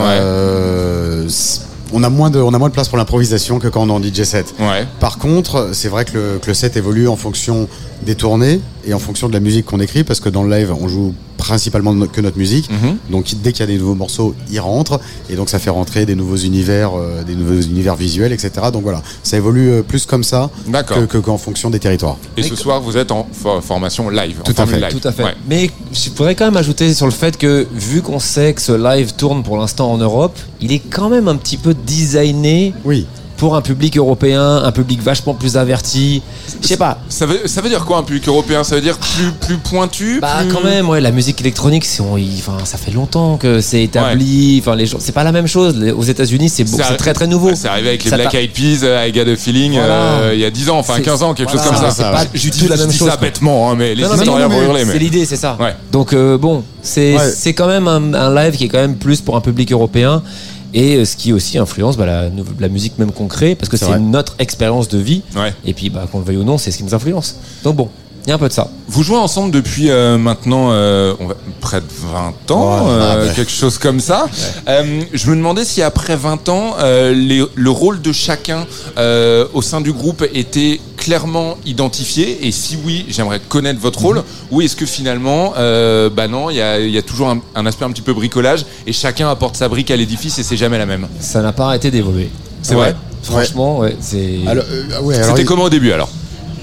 euh, on a moins de, on a moins de place pour l'improvisation que quand on est en D J set. Ouais. Par contre, c'est vrai que le, que le set évolue en fonction des tournées et en fonction de la musique qu'on écrit, parce que dans le live, on joue principalement que notre musique. Mm-hmm. Donc dès qu'il y a des nouveaux morceaux, ils rentrent et donc ça fait rentrer des nouveaux univers, euh, des nouveaux univers visuels, et cetera. Donc voilà, ça évolue euh, plus comme ça que, que qu'en fonction des territoires. Et ce soir, vous êtes en for- formation live. Tout en à fait. Live. Tout à fait. Ouais. Mais je pourrais quand même ajouter sur le fait que vu qu'on sait que ce live tourne pour l'instant en Europe, il est quand même un petit peu designé. Oui. Pour un public européen, un public vachement plus averti. Je sais pas. Ça veut, ça veut dire quoi un public européen ? Ça veut dire plus, plus pointu ? Bah plus... quand même, ouais. La musique électronique, c'est, on, il, enfin, ça fait longtemps que c'est établi. Enfin, ouais. les gens, c'est pas la même chose. Les, aux États-Unis, c'est, beau, c'est, c'est très très nouveau. C'est arrivé avec les ça Black Eyed Peas, I Got a Feeling, voilà. euh, il y a dix ans, enfin c'est, quinze ans, quelque voilà, chose comme ça. C'est pas je du tout la même je chose. dis ça bêtement, hein, mais les non, non, historiens vont hurler. C'est mais... l'idée, c'est ça. Ouais. Donc euh, bon, c'est ouais. c'est quand même un, un live qui est quand même plus pour un public européen. Et ce qui aussi influence bah, la, la musique même qu'on crée, parce que c'est, c'est notre expérience de vie. Ouais. Et puis, bah, qu'on le veuille ou non, c'est ce qui nous influence. Donc bon, il y a un peu de ça. Vous jouez ensemble depuis euh, maintenant euh, on va, près de vingt ans, ouais, euh, ouais. quelque chose comme ça. Ouais. Euh, je me demandais si après vingt ans, euh, les, le rôle de chacun euh, au sein du groupe était clairement identifié, et si oui, j'aimerais connaître votre rôle, mm-hmm. ou est-ce que finalement, euh, bah non, il y a, y a toujours un, un aspect un petit peu bricolage, et chacun apporte sa brique à l'édifice, et c'est jamais la même. Ça n'a pas arrêté d'évoluer. C'est ouais. vrai. Franchement, ouais, c'est. Alors, euh, ouais, alors, C'était il... comment au début alors?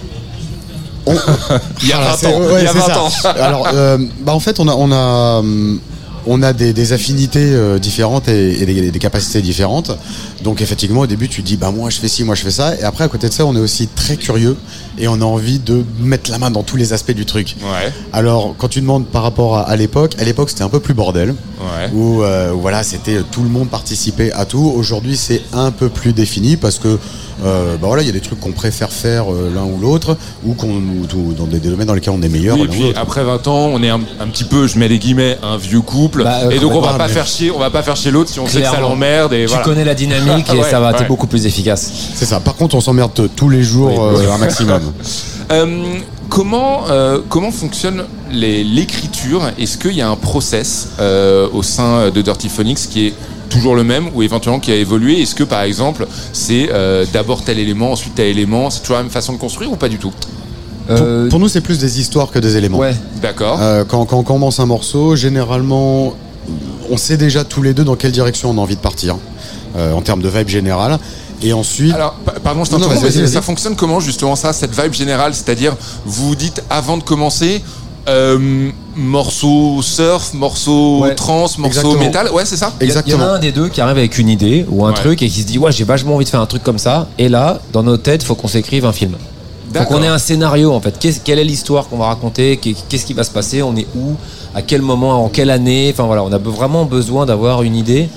On... il y a vingt ans. Ouais, il y a vingt ans. Alors, euh, bah en fait, on a, on a, on a des, des affinités euh, différentes et, et des, des capacités différentes. Donc, effectivement, au début, tu te dis, bah moi, je fais ci, moi, je fais ça. Et après, à côté de ça, on est aussi très curieux et on a envie de mettre la main dans tous les aspects du truc. Ouais. Alors, quand tu demandes par rapport à, à l'époque, à l'époque, c'était un peu plus bordel. Ouais. Où, euh, voilà, c'était tout le monde participait à tout. Aujourd'hui, c'est un peu plus défini parce que Euh, bah voilà, il y a des trucs qu'on préfère faire euh, l'un ou l'autre, ou qu'on ou, ou, dans des, des domaines dans lesquels on est meilleur. Oui, et puis après vingt ans, on est un, un petit peu, je mets les guillemets, un vieux couple, bah, euh, et donc on va pas mais... faire chier, on va pas faire chier l'autre si on Clairement. sait que ça l'emmerde. Et tu voilà. connais la dynamique et ouais, ça va, ouais. T'es beaucoup plus efficace. C'est ça. Par contre, on s'emmerde tous les jours oui, euh, un maximum. euh, comment euh, comment fonctionne les, l'écriture? Est-ce qu'il y a un process euh, au sein de Dirty Phonics qui est toujours le même ou éventuellement qui a évolué? Est-ce que par exemple c'est euh, d'abord tel élément, ensuite tel élément, c'est toujours la même façon de construire ou pas du tout? euh... pour, pour nous c'est plus des histoires que des éléments. Ouais, d'accord. Euh, quand, quand on commence un morceau, généralement on sait déjà tous les deux dans quelle direction on a envie de partir euh, en termes de vibe générale. Et ensuite... Alors, pardon, je t'interromps, mais ça fonctionne comment justement ça, cette vibe générale? C'est-à-dire, vous vous dites avant de commencer, euh, morceau surf, morceau ouais, trance, morceau métal, ouais c'est ça? Exactement. Il y en a un des deux qui arrive avec une idée ou un ouais. truc et qui se dit ouais j'ai vachement envie de faire un truc comme ça, et là dans nos têtes il faut qu'on s'écrive un film. D'accord. Faut qu'on ait un scénario en fait. Qu'est-ce, quelle est l'histoire qu'on va raconter? Qu'est-ce qui va se passer? On est où? À quel moment? En quelle année? Enfin voilà, on a vraiment besoin d'avoir une idée.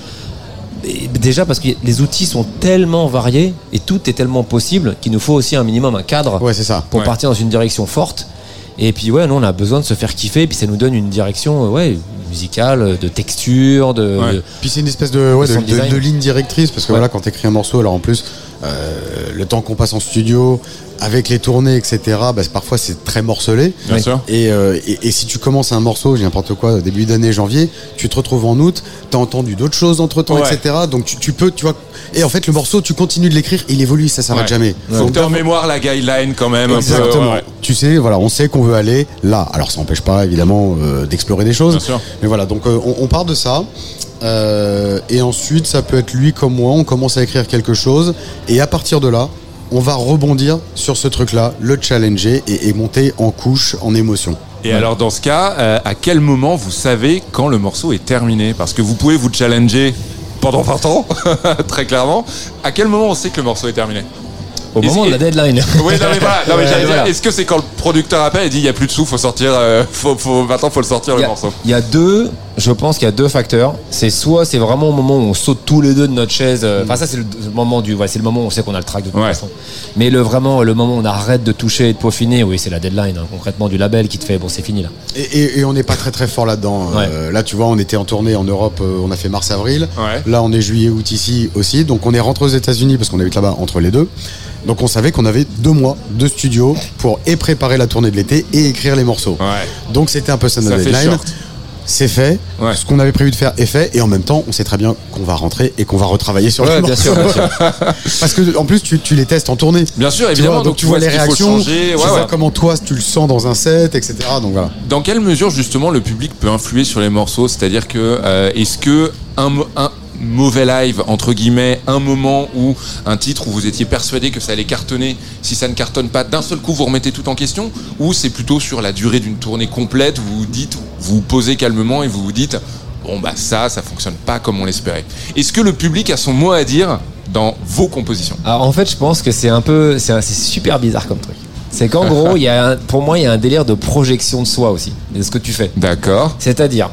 Et déjà parce que les outils sont tellement variés et tout est tellement possible qu'il nous faut aussi un minimum un cadre ouais, c'est ça. pour ouais. partir dans une direction forte. Et puis ouais, nous on a besoin de se faire kiffer, et puis ça nous donne une direction ouais, musicale, de texture, de. Ouais. de puis c'est une espèce de, ouais, de, de, de, de ligne directrice, parce que ouais. voilà, quand t'écris un morceau, alors en plus, euh, le temps qu'on passe en studio, avec les tournées, et cetera, bah, parfois c'est très morcelé. Bien sûr. Et, euh, et, et si tu commences un morceau, j'ai n'importe quoi, début d'année, janvier, tu te retrouves en août, t'as entendu d'autres choses entre temps, Ouais. et cetera. Donc tu, tu peux, tu vois. Et en fait, le morceau, tu continues de l'écrire, il évolue, ça s'arrête Ouais. jamais. Faut que t'aies en mémoire la guideline quand même. Exactement. Un peu, ouais, ouais. Tu sais, voilà, on sait qu'on veut aller là. Alors ça n'empêche pas évidemment euh, d'explorer des choses. Bien sûr. Mais voilà, donc euh, on, on part de ça. Euh, et ensuite, ça peut être lui comme moi, on commence à écrire quelque chose. Et à partir de là, on va rebondir sur ce truc-là, le challenger et, et monter en couche, en émotion. Et alors dans ce cas, euh, à quel moment vous savez quand le morceau est terminé? Parce que vous pouvez vous challenger pendant vingt ans, très clairement. À quel moment on sait que le morceau est terminé? Au moment de la deadline. Oui, non mais voilà. Non, mais Ouais, j'allais dire, voilà. est-ce que c'est quand le producteur appelle et dit il y a plus de sous, faut sortir, euh, faut, faut, maintenant faut le sortir Il le y a- morceau. Il y a deux, je pense qu'il y a deux facteurs. C'est soit c'est vraiment au moment où on saute tous les deux de notre chaise. euh, Enfin ça c'est le, le moment du, ouais, c'est le moment où on sait qu'on a le track de toute Ouais. façon. Mais le vraiment le moment où on arrête de toucher et de peaufiner, oui c'est la deadline hein, concrètement du label qui te fait bon c'est fini là. Et, et- et on n'est pas très très fort là-dedans. Ouais. Euh, là, tu vois, on était en tournée en Europe, euh, on a fait mars-avril. Ouais. Là, on est juillet-août ici aussi. Donc, on est rentré aux États-Unis parce qu'on habite là-bas entre les deux. Donc, on savait qu'on avait deux mois de studio pour et préparer la tournée de l'été et écrire les morceaux. Ouais. Donc, c'était un peu ça Ça notre fait deadline. short. C'est fait. Ouais. Ce qu'on avait prévu de faire est fait. Et en même temps, on sait très bien qu'on va rentrer et qu'on va retravailler sur Ouais, les bien morceaux. sûr, bien sûr. Parce que en plus, tu, tu les testes en tournée. Bien sûr, Tu évidemment. vois, donc, tu vois les ce qu'il faut réactions, changer. tu Ouais, vois ouais. comment toi tu le sens dans un set, et cetera. Donc voilà. Dans quelle mesure justement le public peut influer sur les morceaux? C'est-à-dire que euh, est-ce que un, mo- un mauvais live entre guillemets, un moment où un titre où vous étiez persuadé que ça allait cartonner, si ça ne cartonne pas, d'un seul coup vous remettez tout en question, ou c'est plutôt sur la durée d'une tournée complète, vous vous dites, vous vous posez calmement et vous vous dites bon bah ça, ça fonctionne pas comme on l'espérait. Est-ce que le public a son mot à dire dans vos compositions? Alors en fait je pense que c'est un peu c'est un- c'est super bizarre comme truc. C'est qu'en gros il y a un- pour moi il y a un délire de projection de soi aussi de ce que tu fais. D'accord. C'est-à-dire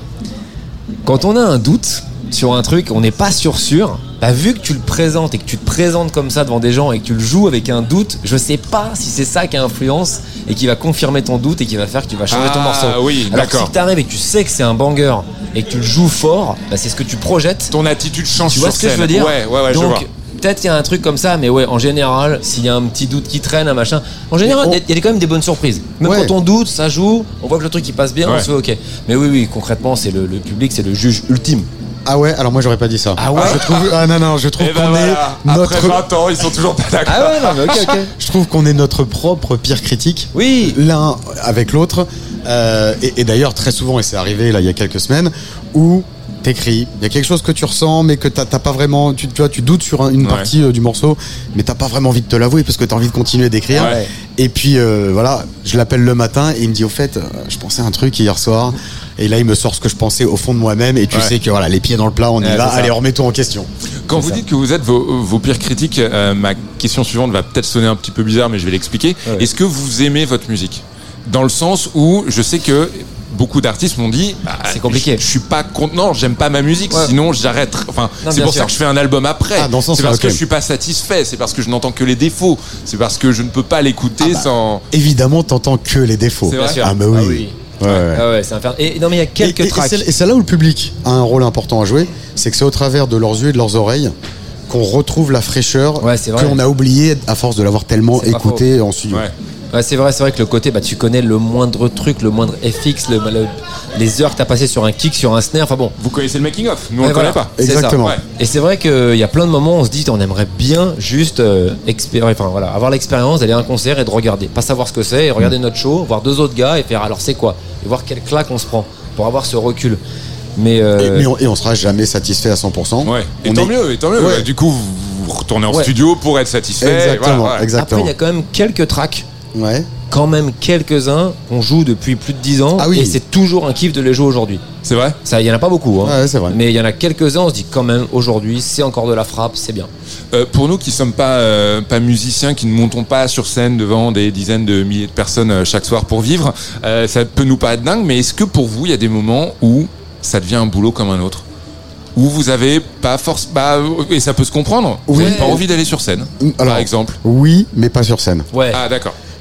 quand on a un doute sur un truc, on n'est pas sûr sûr, bah, vu que tu le présentes et que tu te présentes comme ça devant des gens et que tu le joues avec un doute, je sais pas si c'est ça qui influence et qui va confirmer ton doute et qui va faire que tu vas changer ton Ah, morceau. oui, Alors d'accord. si t'arrives et que tu sais que c'est un banger et que tu le joues fort, bah, c'est ce que tu projettes. Ton attitude change Tu vois sur ce que je scène. veux dire? Ouais, ouais, ouais, je Donc, vois. peut-être il y a un truc comme ça, mais ouais, en général, s'il y a un petit doute qui traîne, un machin, en général, il Mais on- y a quand même des bonnes surprises. Même Ouais. quand on doute, ça joue, on voit que le truc il passe bien, Ouais. on se fait ok. Mais oui, oui, concrètement, c'est le, le public, c'est le juge ultime. Ah ouais, alors moi j'aurais pas dit ça. Ah ouais Je trouve, ah non non, je trouve Et ben qu'on voilà, est après notre. vingt ans, ils sont toujours pas d'accord. Ah ouais, non, mais ok, ok. Je trouve qu'on est notre propre pire critique. Oui. L'un avec l'autre. Euh, et et d'ailleurs très souvent, et c'est arrivé là il y a quelques semaines, où t'écris, il y a quelque chose que tu ressens, mais que t'as t'as pas vraiment, tu, tu vois, tu doutes sur un- une Ouais. partie euh, du morceau, mais t'as pas vraiment envie de te l'avouer parce que t'as envie de continuer d'écrire. Ouais. Et puis euh, voilà, je l'appelle le matin et il me dit au fait, euh, je pensais à un truc hier soir. Et là, il me sort ce que je pensais au fond de moi-même. Et tu Ouais. sais que voilà, les pieds dans le plat, on y Ouais, va. c'est ça. Allez, remets-toi en question. Quand vous dites que vous êtes vos, vos pires critiques, euh, ma question suivante va peut-être sonner un petit peu bizarre, mais je vais l'expliquer. Ouais. Est-ce que vous aimez votre musique? Dans le sens où je sais que beaucoup d'artistes m'ont dit bah, C'est compliqué. Je, je suis pas content, j'aime pas ma musique, Ouais. sinon j'arrête. Enfin, Non, c'est bien pour sûr. ça que je fais un album après. Ah, dans ce c'est sens-là, parce que ok. je suis pas satisfait, c'est parce que je n'entends que les défauts, c'est parce que je ne peux pas l'écouter Ah bah. sans. Évidemment, t'entends que les défauts. C'est vrai. Ah, mais oui. Ah oui. Ouais, ouais. Ah ouais, c'est infernal. Et non, mais il y a quelques et, et- et tracks. c'est- et c'est là où le public a un rôle important à jouer, c'est que c'est au travers de leurs yeux et de leurs oreilles qu'on retrouve la fraîcheur Ouais, c'est vrai. qu'on a oublié à force de l'avoir tellement C'est pas écouté en studio. Ouais. Ouais, c'est vrai, c'est vrai que le côté, bah, tu connais le moindre truc, le moindre F X, le, le- les heures que t'as passées sur un kick, sur un snare, enfin bon. Vous connaissez le making of, nous on Ouais, le voilà. connaît pas. C'est ça. Exactement. Ouais. Et c'est vrai qu'il y a plein de moments où on se dit, on aimerait bien juste euh, expéri- enfin, voilà, avoir l'expérience d'aller à un concert et de regarder. Pas savoir ce que c'est, et regarder notre show, voir deux autres gars et faire alors c'est quoi? Et voir quelle claque on se prend pour avoir ce recul. Mais, euh, Et, mais on, et on sera jamais satisfait à cent pour cent. Ouais. Et On tant est- mieux, et tant mieux. Ouais. Du coup, vous, vous retournez en Ouais. studio pour être satisfait. et Exactement, voilà, ouais. exactement. après, il y a quand même quelques tracks. Ouais. Quand même quelques-uns qu'on joue depuis plus de dix ans Ah oui. et c'est toujours un kiff de les jouer aujourd'hui. C'est vrai. Ça, il y en a pas beaucoup, hein. Ouais, c'est vrai. Mais il y en a quelques-uns, on se dit quand même aujourd'hui, c'est encore de la frappe, c'est bien. Euh, pour nous qui sommes pas euh, pas musiciens, qui ne montons pas sur scène devant des dizaines de milliers de personnes euh, chaque soir pour vivre, euh, ça peut nous paraître dingue. Mais est-ce que pour vous, il y a des moments où ça devient un boulot comme un autre, où vous avez pas force, bah, et ça peut se comprendre. Vous Oui. n'avez pas envie d'aller sur scène, Alors, par exemple. Oui, mais pas sur scène. Ouais. Ah d'accord.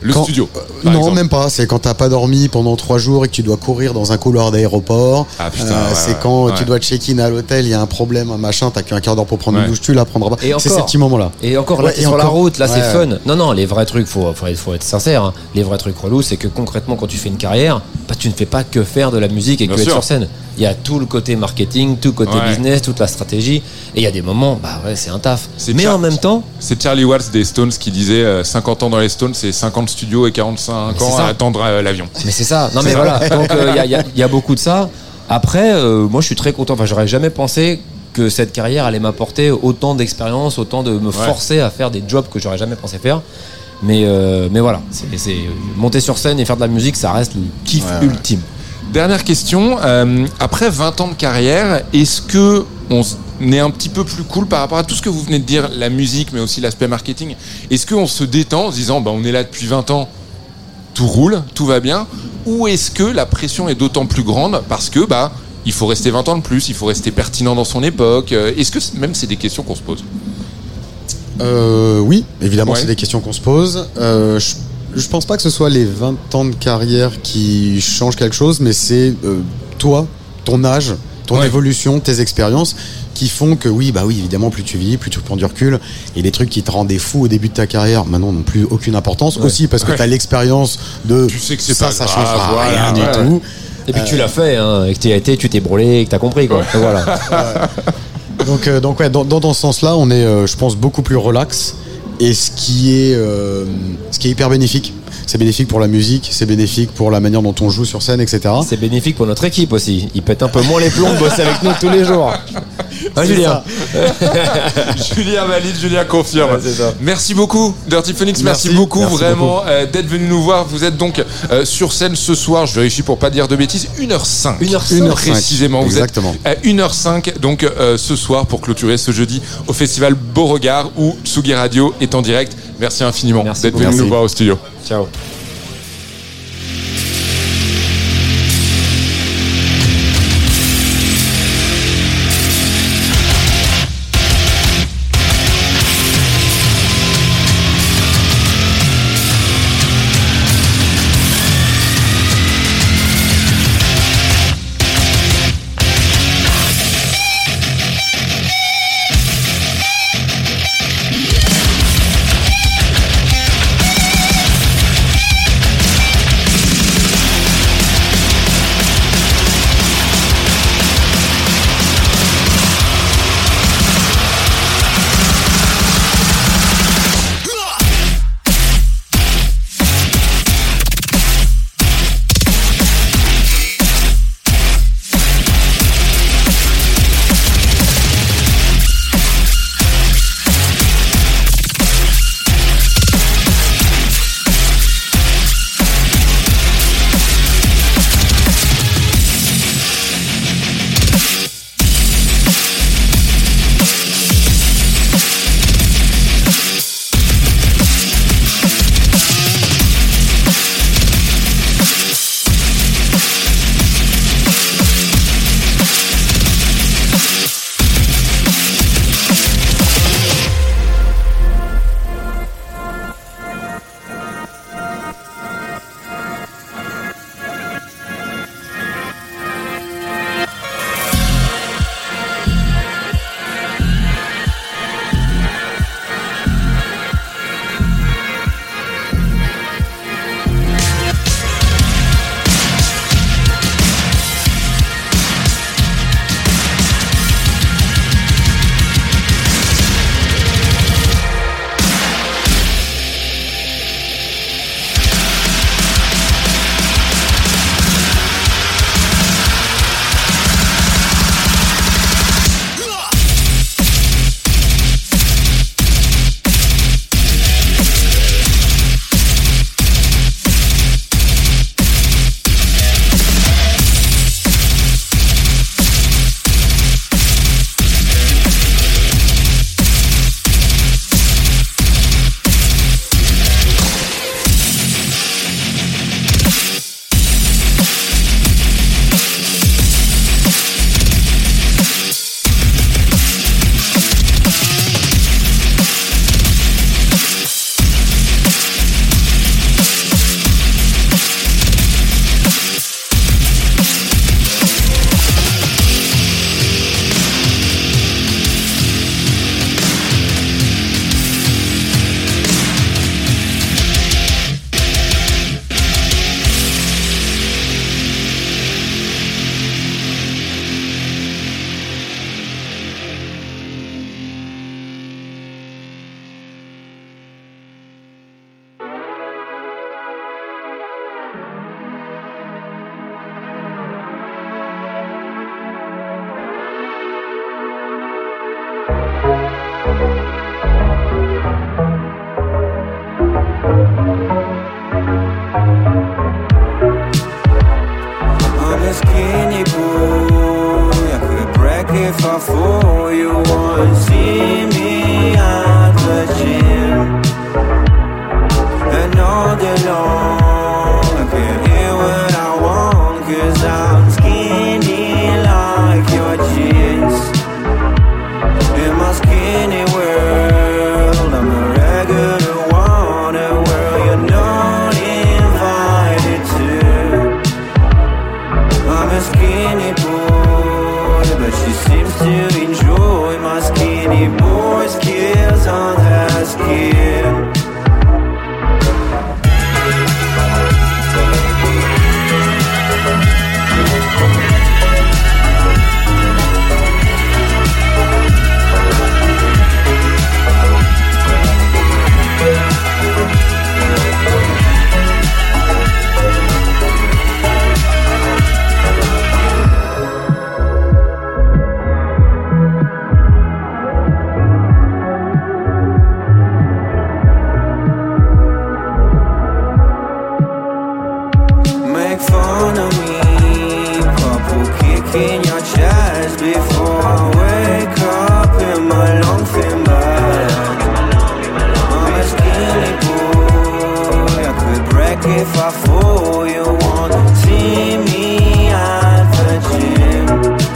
Le Quand- studio. euh, par non, exemple. même pas. C'est quand t'as pas dormi pendant trois jours et que tu dois courir dans un couloir d'aéroport. Ah, putain, Euh, ouais, c'est ouais, quand ouais. tu dois check-in à l'hôtel, il y a un problème, un machin, t'as qu'un quart d'heure pour prendre Ouais. une douche, tu la prendras pas. Et C'est encore. ces petits moments-là. Et encore, là, Ouais, t'es et sur la encore. route, là, c'est Ouais, fun. Non, non, les vrais trucs, faut, faut, faut être sincère. Hein. Les vrais trucs relous, c'est que concrètement, quand tu fais une carrière, bah, tu ne fais pas que faire de la musique et Bien que être sûr. sur scène. Il y a tout le côté marketing, tout le côté Ouais. business, toute la stratégie. Et il y a des moments, bah ouais, c'est un taf. C'est Mais Char- en même temps, C'est Charlie Watts des Stones qui disait euh, cinquante ans dans les Stones, c'est cinquante studios et quarante-cinq Mais c'est ans ça. à attendre euh, l'avion. mais c'est ça. Non, C'est mais ça. voilà. Donc, il y, a, y a- y a beaucoup de ça. Après, euh, moi, je suis très content. Enfin, j'aurais jamais pensé que cette carrière allait m'apporter autant d'expérience, autant de me forcer à faire des jobs que j'aurais jamais pensé faire. Mais, euh, mais voilà, c'est, c'est monter sur scène et faire de la musique, ça reste le kiff Ouais, ouais. ultime. Dernière question, euh, après vingt ans de carrière, est-ce que on s- est un petit peu plus cool par rapport à tout ce que vous venez de dire, la musique mais aussi l'aspect marketing? Est-ce qu'on se détend en se disant bah, on est là depuis vingt ans, tout roule, tout va bien? Ou est-ce que la pression est d'autant plus grande parce que bah il faut rester vingt ans de plus, il faut rester pertinent dans son époque? Euh, Est-ce que c'est- même c'est des questions qu'on se pose? Euh, oui, évidemment, Ouais. c'est des questions qu'on se pose. Euh, je, je pense pas que ce soit les vingt ans de carrière qui changent quelque chose, mais c'est euh, toi, ton âge, ton Ouais. évolution, tes expériences qui font que oui, bah oui, évidemment, plus tu vis, plus tu prends du recul. Et les trucs qui te rendaient fou au début de ta carrière, maintenant, n'ont plus aucune importance. Ouais. Aussi parce que Ouais. tu as l'expérience de Tu sais que c'est ça, pas ça grave, changera voilà, rien du ouais. tout. Et puis tu l'as fait, hein, et que tu y as été, tu t'es brûlé, et que t'as compris, quoi. Donc, voilà. Donc, euh, donc ouais, dans, dans, dans ce sens-là, on est, euh, je pense, beaucoup plus relax. Et ce qui est, euh, ce qui est hyper bénéfique. C'est bénéfique pour la musique, c'est bénéfique pour la manière dont on joue sur scène, et cetera. C'est bénéfique pour notre équipe aussi. Ils pètent un peu moins les plombs de bosser avec nous tous les jours. Hein, Julien? Julien valide, Julien confirme. Ouais, c'est ça. Merci beaucoup, Dirty Phoenix. Merci, Merci. beaucoup Merci vraiment euh, d'être venu nous voir. Vous êtes donc euh, sur scène ce soir, je vérifie pour pas dire de bêtises, une heure cinq. une heure Une cinq. heure cinq. Précisément, vous Exactement. êtes à une heure cinq donc euh, ce soir pour clôturer ce jeudi au festival Beauregard où Tsugi Radio est en direct. Merci infiniment Merci d'être beaucoup. venu nous Merci. voir au studio. Ciao. if I fool you once. See me at the gym, and all day long I can hear what I want, cause I'm skinny like your jeans. In my skinny world, I'm a regular one, a world you're not invited to. I'm a skinny boy, but she seems to enjoy my skinny boy skills on her skin. Make fun of me, purple kicking your chest before I wake up in my long thin bed. I'm a skinny boy, I could break if I fool you want. See me at the gym,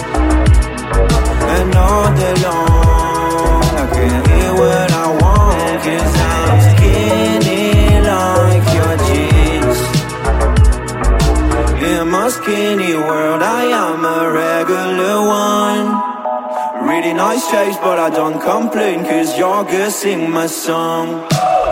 and all day long I can hear what I want, cause I'm skinny like your jeans. In my skinny world, I am a regular one. Really nice shapes, but I don't complain, cause you're good, sing my song.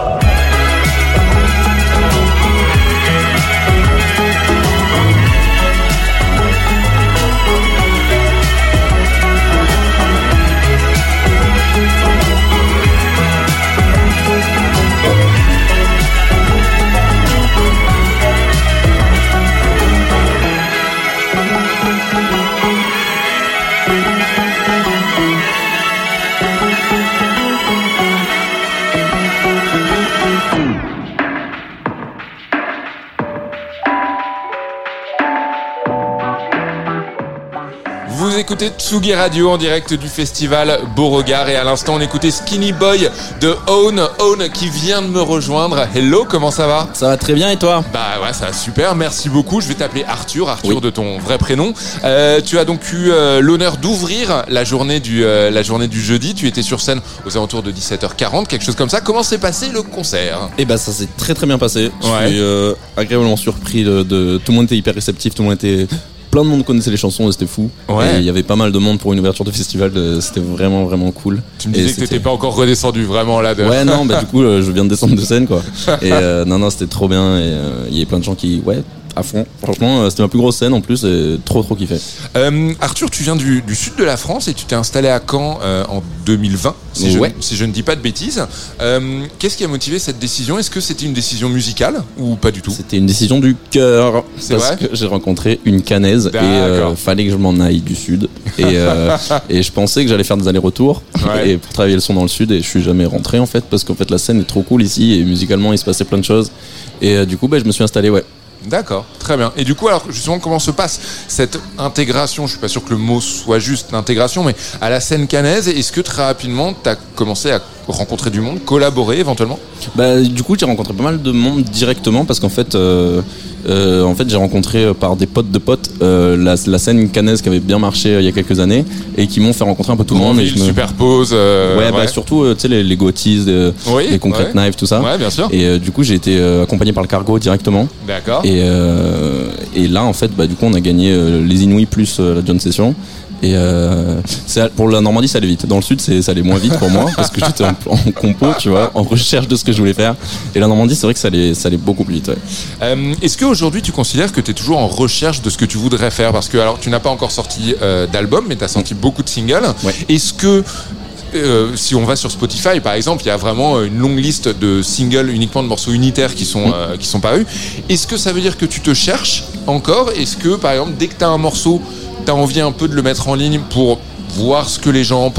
Vous écoutez Tsugi Radio en direct du festival Beauregard et à l'instant on écoutait Skinny Boy de Own, Own qui vient de me rejoindre. Hello, comment ça va ? Ça va très bien et toi ? Bah ouais, ça va super, merci beaucoup. Je vais t'appeler Arthur, Arthur oui. de ton vrai prénom. Euh, tu as donc eu euh, l'honneur d'ouvrir la journée du euh, la journée du jeudi. Tu étais sur scène aux alentours de dix-sept heures quarante, quelque chose comme ça. Comment s'est passé le concert ? Eh bah ça s'est très très bien passé. Ouais. Je suis euh, agréablement surpris de, de tout le monde était hyper réceptif, tout le monde était plein de monde connaissait les chansons et c'était fou. Ouais. Et il y avait pas mal de monde pour une ouverture de festival, c'était vraiment vraiment cool. Tu me disais et que c'était... t'étais pas encore redescendu vraiment là de... Ouais non bah du coup euh, je viens de descendre de scène quoi. Et euh, non non c'était trop bien et il euh, y avait plein de gens qui ouais à fond. Franchement euh, c'était ma plus grosse scène en plus et trop trop kiffé. Euh, Arthur, tu viens du, du sud de la France et tu t'es installé à Caen euh, en deux mille vingt si, ouais. je, si je ne dis pas de bêtises. Euh, qu'est-ce qui a motivé cette décision ? Est-ce que c'était une décision musicale ou pas du tout ? C'était une décision du cœur C'est parce vrai que j'ai rencontré une Canaise D'accord. et euh, fallait que je m'en aille du sud et, euh, et je pensais que j'allais faire des allers-retours ouais. et pour travailler le son dans le sud et je suis jamais rentré en fait parce qu'en fait la scène est trop cool ici et musicalement il se passait plein de choses et euh, du coup bah, je me suis installé ouais. D'accord, très bien. Et du coup, alors justement, comment se passe cette intégration ? Je suis pas sûr que le mot soit juste l'intégration, mais à la scène canaise, est-ce que très rapidement, tu as commencé à rencontrer du monde, collaborer éventuellement ? Bah du coup j'ai rencontré pas mal de monde directement parce qu'en fait euh, euh, en fait j'ai rencontré par des potes de potes euh, la, la scène canaise qui avait bien marché euh, il y a quelques années et qui m'ont fait rencontrer un peu tout le monde. Et je me superpose. Euh, ouais, ouais bah surtout euh, tu sais les, les Gothies, euh, oui, les Concrete ouais. Knives, tout ça. Ouais, bien sûr. Et euh, du coup j'ai été euh, accompagné par le Cargo directement. D'accord. Et euh, et là en fait bah du coup on a gagné euh, les Inouïs plus euh, la John Session. Et euh, c'est, pour la Normandie ça allait vite. Dans le sud c'est, ça allait moins vite pour moi parce que j'étais en, en compo, tu vois, en recherche de ce que je voulais faire. Et la Normandie c'est vrai que ça allait, ça allait beaucoup plus vite. Ouais. Euh, est-ce qu'aujourd'hui tu considères que tu es toujours en recherche de ce que tu voudrais faire ? Parce que alors tu n'as pas encore sorti euh, d'album, mais tu as sorti beaucoup de singles. Ouais. Est-ce que Euh, si on va sur Spotify par exemple, il y a vraiment une longue liste de singles uniquement de morceaux unitaires qui sont, euh, qui sont parus. Est-ce que ça veut dire que tu te cherches encore ? Est-ce que par exemple dès que tu as un morceau, tu as envie un peu de le mettre en ligne pour voir ce que les gens en pensent ?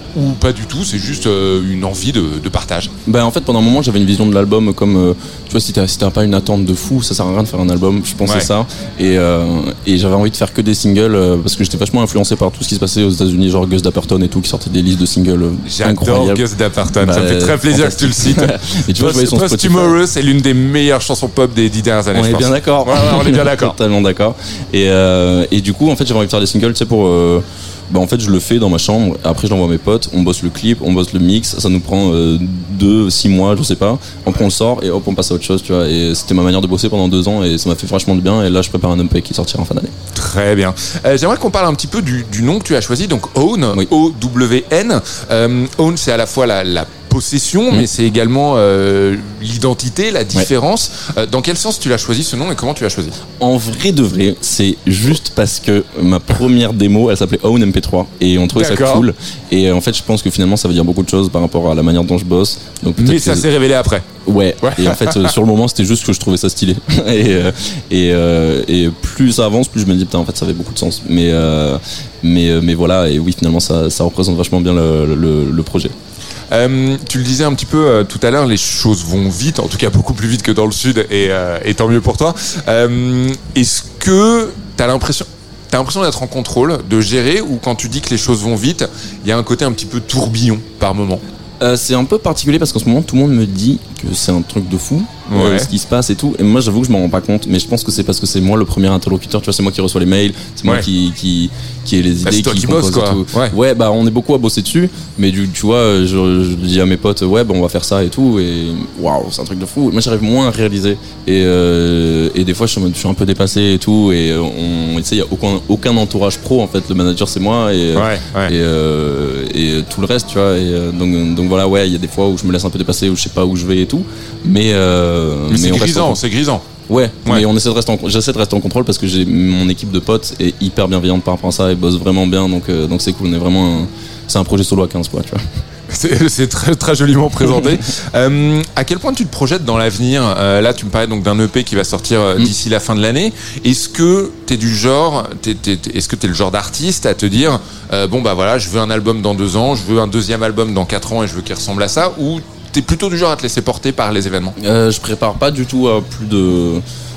ou pas du tout, c'est juste euh, une envie de, de partage? Ben en fait pendant un moment j'avais une vision de l'album comme euh, tu vois si t'as, si t'as pas une attente de fou ça sert à rien de faire un album, je pensais Ouais. ça et, euh, et j'avais envie de faire que des singles euh, parce que j'étais vachement influencé par tout ce qui se passait aux États-Unis, genre Gus Dapperton et tout qui sortait des listes de singles euh, J'adore incroyables. Gus Dapperton, Bah, ça me fait très plaisir que tu le cites. Et tu vois, je voyais son Post Spotify. Tomorrow, c'est l'une des meilleures chansons pop des dix dernières années. On je est pense. bien d'accord. Ouais, ouais, on est bien d'accord. Totalement d'accord. Et, euh, et du coup, en fait, j'avais envie de faire des singles, tu sais, pour. Euh, bah, en fait, je le fais dans ma chambre. Après, je l'envoie à mes potes. On bosse le clip, on bosse le mix. Ça nous prend euh, deux, six mois, je sais pas. Après, on le sort et hop, on passe à autre chose, tu vois. Et c'était ma manière de bosser pendant deux ans et ça m'a fait vachement de bien. Et là, je prépare un E P qui sortira en fin d'année. Très bien. Euh, j'aimerais qu'on parle un petit peu du, du nom que tu as choisi, donc Own, Oui. O W N. Euh, Own, c'est à la fois la, la possession, Mm. mais c'est également euh, l'identité, la différence. Euh, dans quel sens tu l'as choisi ce nom et comment tu l'as choisi? En vrai de vrai, c'est juste parce que ma première démo, elle s'appelait Own M P trois et on trouvait ça D'accord. cool. Et euh, en fait, je pense que finalement, ça veut dire beaucoup de choses par rapport à la manière dont je bosse. Donc, peut-être Mais que- ça s'est révélé après. Ouais. Et en fait, euh, sur le moment, c'était juste que je trouvais ça stylé. et, euh, et, euh, et plus ça avance, plus je me dis putain, en fait, ça avait beaucoup de sens. Mais euh, mais euh, mais voilà. Et oui, finalement, ça ça représente vachement bien le, le, le projet. Euh, tu le disais un petit peu euh, tout à l'heure, les choses vont vite, en tout cas beaucoup plus vite que dans le sud, et, euh, et tant mieux pour toi. Euh, est-ce que t'as l'impression, t'as l'impression d'être en contrôle, de gérer, ou quand tu dis que les choses vont vite, il y a un côté un petit peu tourbillon par moment? Euh, c'est un peu particulier parce qu'en ce moment tout le monde me dit que c'est un truc de fou Ouais. euh, ce qui se passe et tout et moi j'avoue que je m'en rends pas compte mais je pense que c'est parce que c'est moi le premier interlocuteur, tu vois, c'est moi qui reçois les mails, c'est moi Ouais. qui qui qui ai les idées, Bah, c'est toi qui compose bosses, quoi. et tout. Ouais. Ouais bah on est beaucoup à bosser dessus mais du, tu vois je, je dis à mes potes ouais bah on va faire ça et tout et waouh c'est un truc de fou. Moi j'arrive moins à réaliser et euh, et des fois je suis, je suis un peu dépassé et tout et on tu sais il y a aucun aucun entourage pro en fait, le manager c'est moi et Ouais, ouais. et, euh, et tout le reste tu vois et euh, donc donc voilà ouais il y a des fois où je me laisse un peu dépasser où je sais pas où je vais et tout mais euh, Mais c'est on reste grisant, en- c'est grisant. ouais, Ouais. mais on essaie de rester en, j'essaie de rester en contrôle parce que j'ai mon équipe de potes est hyper bienveillante par rapport à ça et bosse vraiment bien donc euh, donc c'est cool, on est vraiment un, c'est un projet solo à quinze quoi tu vois. C'est, c'est très, très joliment présenté. euh, à quel point tu te projettes dans l'avenir? euh, Là, tu me parlais donc d'un E P qui va sortir euh, Mm. d'ici la fin de l'année. Est-ce que t'es du genre, t'es, t'es, t'es- est-ce que t'es le genre d'artiste à te dire, euh, bon bah voilà, je veux un album dans deux ans, je veux un deuxième album dans quatre ans et je veux qu'il ressemble à ça, ou t'es plutôt du genre à te laisser porter par les événements? Euh, je prépare pas du tout à plus de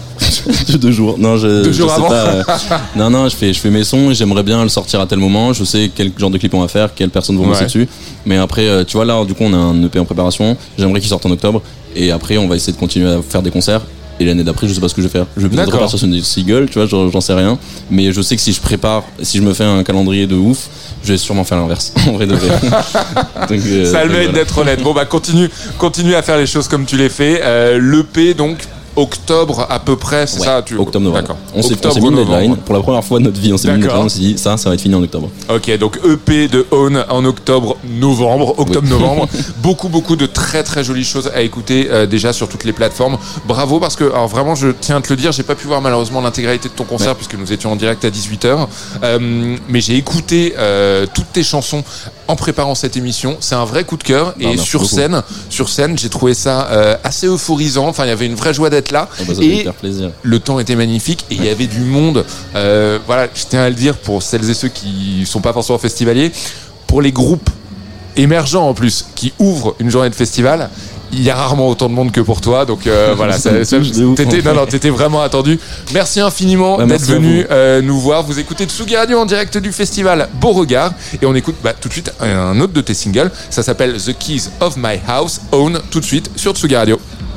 de deux jours. Non, je, Deux je jours sais avant. pas. euh, non, non, je fais, je fais mes sons et j'aimerais bien le sortir à tel moment. Je sais quel genre de clip on va faire, quelles personnes vont bosser Ouais. dessus. Mais après, euh, tu vois, là, du coup, on a un E P en préparation. J'aimerais qu'il sorte en octobre. Et après, on va essayer de continuer à faire des concerts. Et l'année d'après, je sais pas ce que je vais faire. Je vais peut-être D'accord. repartir sur une single, tu vois, j'en j'en sais rien. Mais je sais que si je prépare, si je me fais un calendrier de ouf, je vais sûrement faire l'inverse. En vrai de vrai. Donc, euh, Ça a le donc mérite voilà. d'être honnête. Bon bah continue, continue à faire les choses comme tu les fais. Euh, L'E P donc octobre à peu près, c'est Ouais, ça tu... octobre, novembre. D'accord. On s'est on Octobre, s'est mis une novembre. deadline. Pour la première fois de notre vie, on s'est mis une D'accord. deadline. On s'est dit, ça, ça va être fini en octobre. Ok, donc E P de Own en octobre, novembre, octobre-novembre. beaucoup, beaucoup de très, très jolies choses à écouter euh, déjà sur toutes les plateformes. Bravo, parce que, alors vraiment, je tiens à te le dire, j'ai pas pu voir malheureusement l'intégralité de ton concert Ouais. puisque nous étions en direct à dix-huit heures. Euh, mais j'ai écouté euh, toutes tes chansons en préparant cette émission. C'est un vrai coup de cœur. Ah, Et merci sur beaucoup. scène, sur scène, j'ai trouvé ça euh, assez euphorisant. Enfin, il y avait une vraie joie d'être là. Ah bah, ça fait Et hyper plaisir. le temps était magnifique et il y avait du monde. Euh, voilà, je tiens à le dire pour celles et ceux qui sont pas forcément festivaliers. Pour les groupes émergents en plus qui ouvrent une journée de festival, il y a rarement autant de monde que pour toi. Donc euh, voilà, Ça me ça, ça- touche de ouf, t'étais, en fait. non, non, t'étais vraiment attendu. Merci infiniment Ouais, d'être merci à venu vous. euh, nous voir. Vous écoutez Tsugi Radio en direct du festival Beauregard et on écoute bah, tout de suite un autre de tes singles. Ça s'appelle The Keys of My House. Own tout de suite sur Tsugi Radio.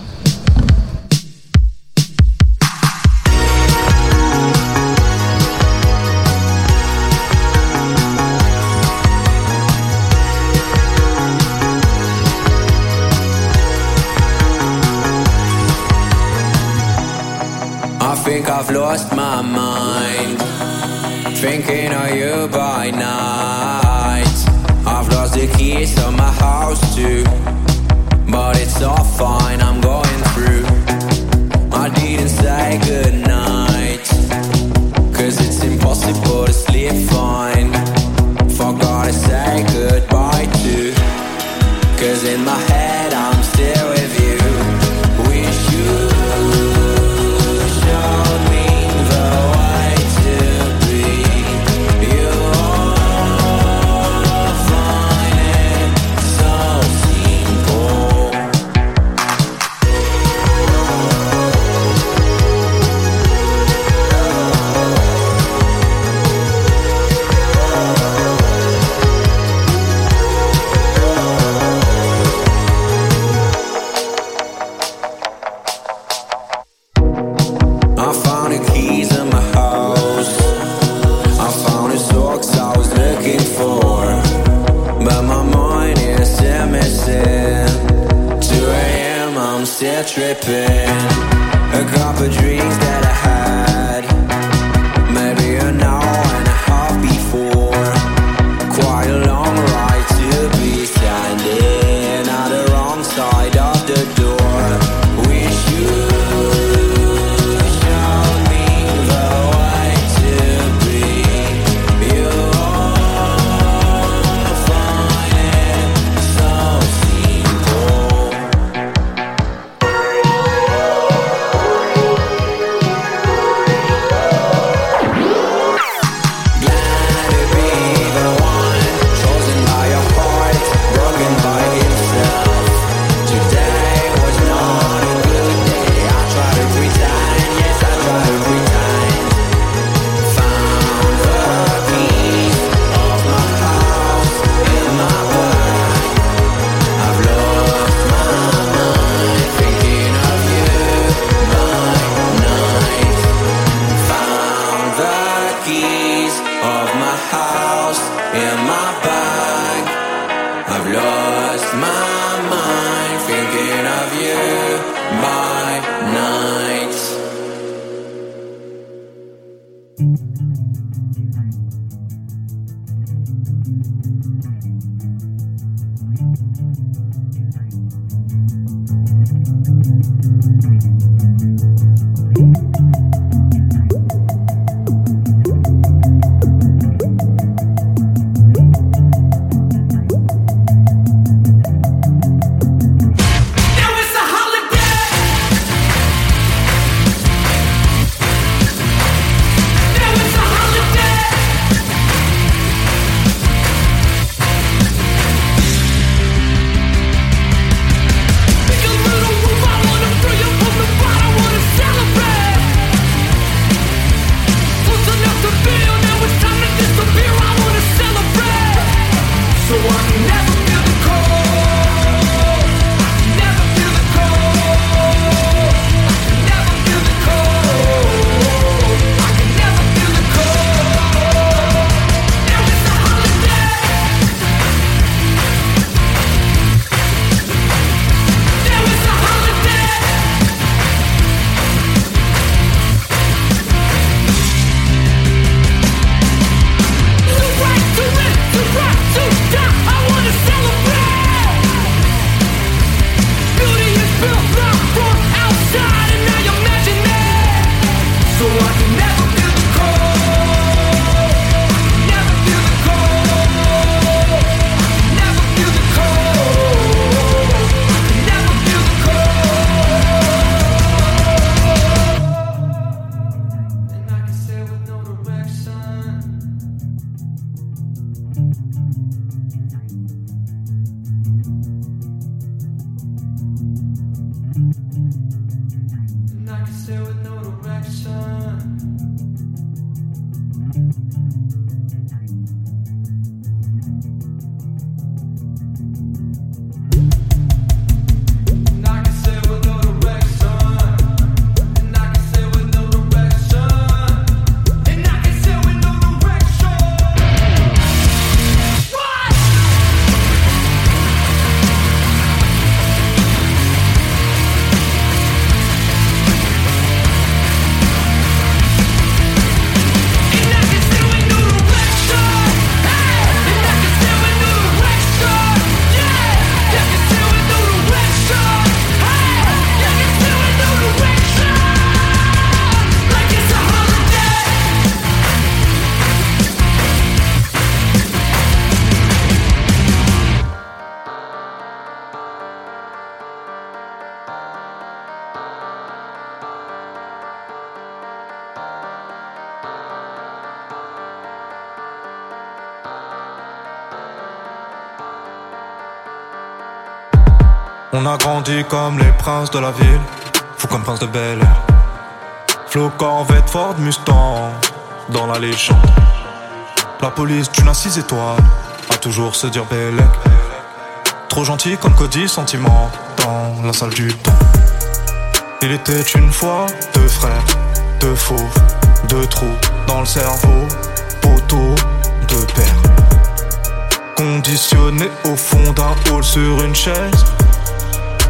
I think I've lost my mind, thinking of you by night. I've lost the keys to my house too, but it's all fine, I'm going through. I didn't say goodnight, cause it's impossible to sleep fine. Forgot to say goodbye to, cause in my head I'm still with you. Wish you showed me the way to be. You are fine tripping. A couple drinks that I had, maybe an hour and a half before. Quite a long ride to be standing on the wrong side of the door. Wish you showed me the way to be. You find it so simple. Glad to be the one chosen by your heart, broken by himself. Today was not a good day. I try to pretend, yes I try to pretend. Found the keys of my house in my bag. I've lost my mind thinking of you by night. Found the keys of my house in my bag. I've lost my mind thinking of you by night. Now it's a holiday. Now it's a holiday. Pick a little roof, I wanna throw you from the bottom, I wanna celebrate. Close enough to feel, now it's time to disappear, I wanna celebrate. So I can never feel the cold. Never feel the cold. Never feel the cold. I can never feel the cold. Now it's a holiday. Now it's a holiday. To right, to live, to rock, to die, I wanna celebrate. Beauty is built not from outside, and now you're measuring it. So I can never feel the cold. Never feel the cold. Never feel the cold. Never feel the cold. And I can say with no direction. And I can say with no direction. And I can say with no direction. And I can say with no direction. And I can say with no direction. What? On a grandi comme les princes de la ville, fou comme prince de Bel-Air. Flo Corvette, Ford Mustang, dans la légende. La police d'une à six étoiles, à toujours se dire Bellec. Trop gentil comme Cody, sentiment, dans la salle du temps. Il était une fois deux frères, deux fauves, deux trous dans le cerveau, poteau, deux paires. Conditionné au fond d'un hall sur une chaise.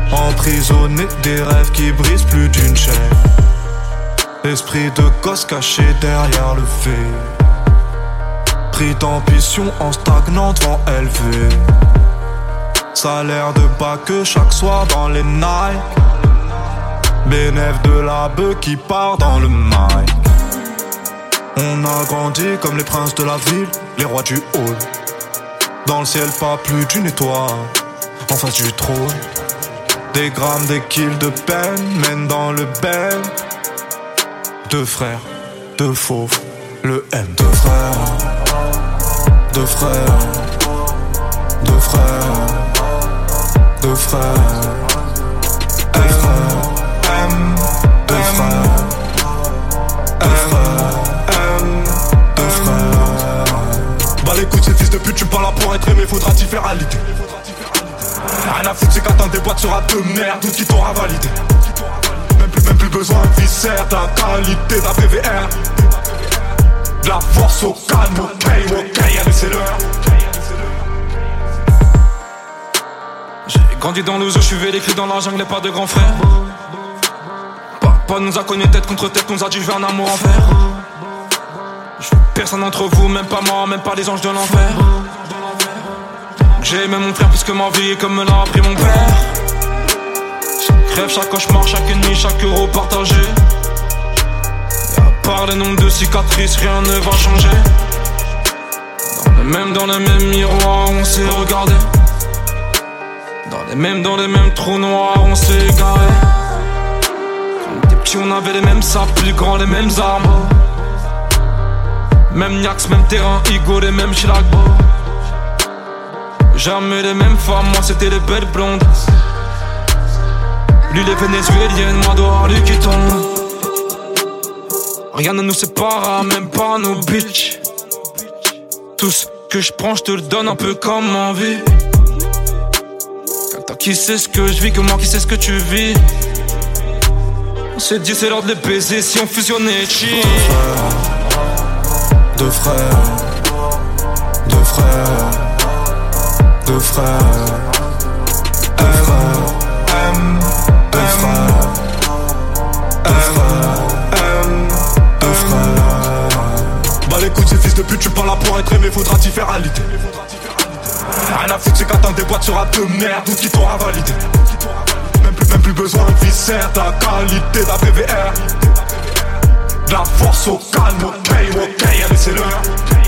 Emprisonné des rêves qui brisent plus d'une chaîne. Esprit de gosse caché derrière le fait. Pris d'ambition en stagnant devant élevé. Salaire de bas que chaque soir dans les Nike. Bénéf de la bœuf qui part dans le mic. On a grandi comme les princes de la ville, les rois du hall. Dans le ciel pas plus d'une étoile, en face du trône. Des grammes, des kills de peine mènent dans le bel. Deux frères, deux fauves, le M. Deux frères, deux frères, deux frères, deux frères, deux frères, M, deux frères, deux frères, M, deux frères. Bah les couilles ces fils de pute, tu pas là pour être aimé, faudra t'y faire à l'idée. Rien à foutre, c'est qu'attends des boîtes sur rap de merde, tout qui t'aura validé. Même plus, même plus besoin de viscère, de la qualité d'un P V R. De la force au calme, ok, ok, allez c'est l'heure. J'ai grandi dans le zoo, je suis vécu dans la jungle et pas de grand frère. Papa nous a connus tête contre tête, nous a dit je veux un amour en fer. Je veux personne d'entre vous, même pas moi, même pas les anges de l'enfer. J'ai aimé mon frère plus que ma vie, comme me l'a appris mon père. Chaque rêve, chaque cauchemar, chaque nuit, chaque euro partagé. Et à part le nombre de cicatrices, rien ne va changer. Dans les mêmes, dans les mêmes miroirs, on s'est regardé. Dans les mêmes, dans les mêmes trous noirs, on s'est égaré. Quand on était petits, on avait les mêmes sables, plus grands, les mêmes armes. Même Niax, même terrain, Igo, les mêmes Chilagbo. Jamais les mêmes femmes, moi c'était les belles blondes. Lui les vénézuéliennes, moi dehors lui qui tombe. Rien ne nous sépare, même pas nos bitches. Tout ce que je prends, je te le donne un peu comme envie. Toi qui sais ce que je vis, que moi qui sais ce que tu vis. On s'est dit c'est l'heure de les baiser si on fusionnait cheat. Deux frères, deux frères, deux frères, deux frères, M, deux frères, deux frères, M, deux frères. Bah les couilles ces fils de pute, tu pas là pour être aimé, faudra t'y faire à l'idée. Rien à foutre, c'est qu'attends des boîtes sur rap de merde, tout qui t'aura validé. Même plus, même plus besoin de viscère, de la qualité d'un P V R. De la force au calme, ok, ok, allez c'est l'heure.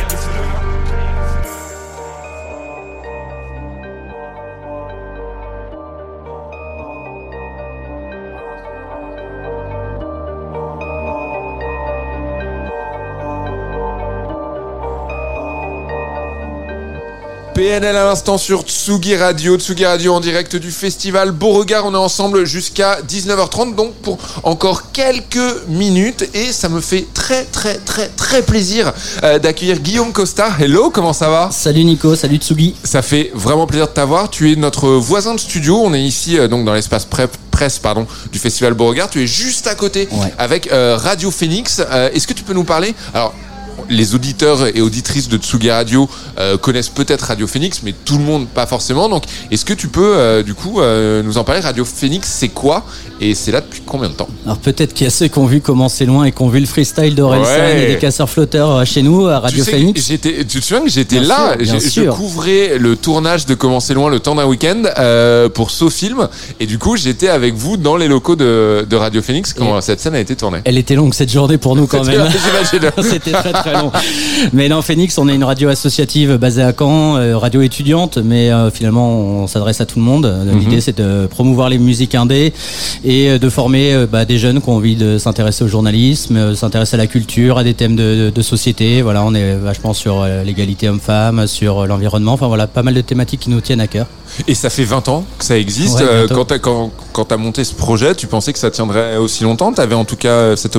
P N L à l'instant sur Tsugi Radio, Tsugi Radio en direct du festival Beauregard. On est ensemble jusqu'à dix-neuf heures trente, donc pour encore quelques minutes. Et ça me fait très très très très plaisir euh, d'accueillir Guillaume Costa. Hello, comment ça va ? Salut Nico, salut Tsugi. Ça fait vraiment plaisir de t'avoir. Tu es notre voisin de studio. On est ici euh, donc dans l'espace prep. presse pardon, du festival Beauregard. Tu es juste à côté ouais. avec euh, Radio Phoenix. Euh, est-ce que tu peux nous parler ? Alors, les auditeurs et auditrices de Tsugi Radio euh, connaissent peut-être Radio Phoenix, mais tout le monde pas forcément. Donc, est-ce que tu peux euh, du coup euh, nous en parler ? Radio Phoenix, c'est quoi ? Et c'est là depuis combien de temps ? Alors peut-être qu'il y a ceux qui ont vu Commencer loin et qui ont vu le freestyle d'Orelsan ouais. et des casseurs flotteurs chez nous à Radio tu sais Phoenix. J'étais, tu te souviens que j'étais bien là, sûr, je sûr. couvrais le tournage de Commencer loin le temps d'un week-end euh, pour SoFilm, et du coup j'étais avec vous dans les locaux de, de Radio Phoenix quand et cette scène a été tournée. Elle était longue cette journée pour nous quand C'était, même. J'imagine. C'était très très long. Mais non, Phoenix, on est une radio associative basée à Caen, euh, radio étudiante, mais euh, finalement on s'adresse à tout le monde. Mm-hmm. L'idée c'est de promouvoir les musiques indé et de former euh, bah, des jeunes qui ont envie de s'intéresser au journalisme, euh, s'intéresser à la culture, à des thèmes de, de, de société. Voilà, on est vachement sur euh, l'égalité homme-femme, sur euh, l'environnement. Enfin voilà, pas mal de thématiques qui nous tiennent à cœur. Et ça fait vingt ans que ça existe. Ouais, euh, quand t'as, quand, quand t'as monté ce projet, tu pensais que ça tiendrait aussi longtemps ? T'avais en tout cas cet objectif ?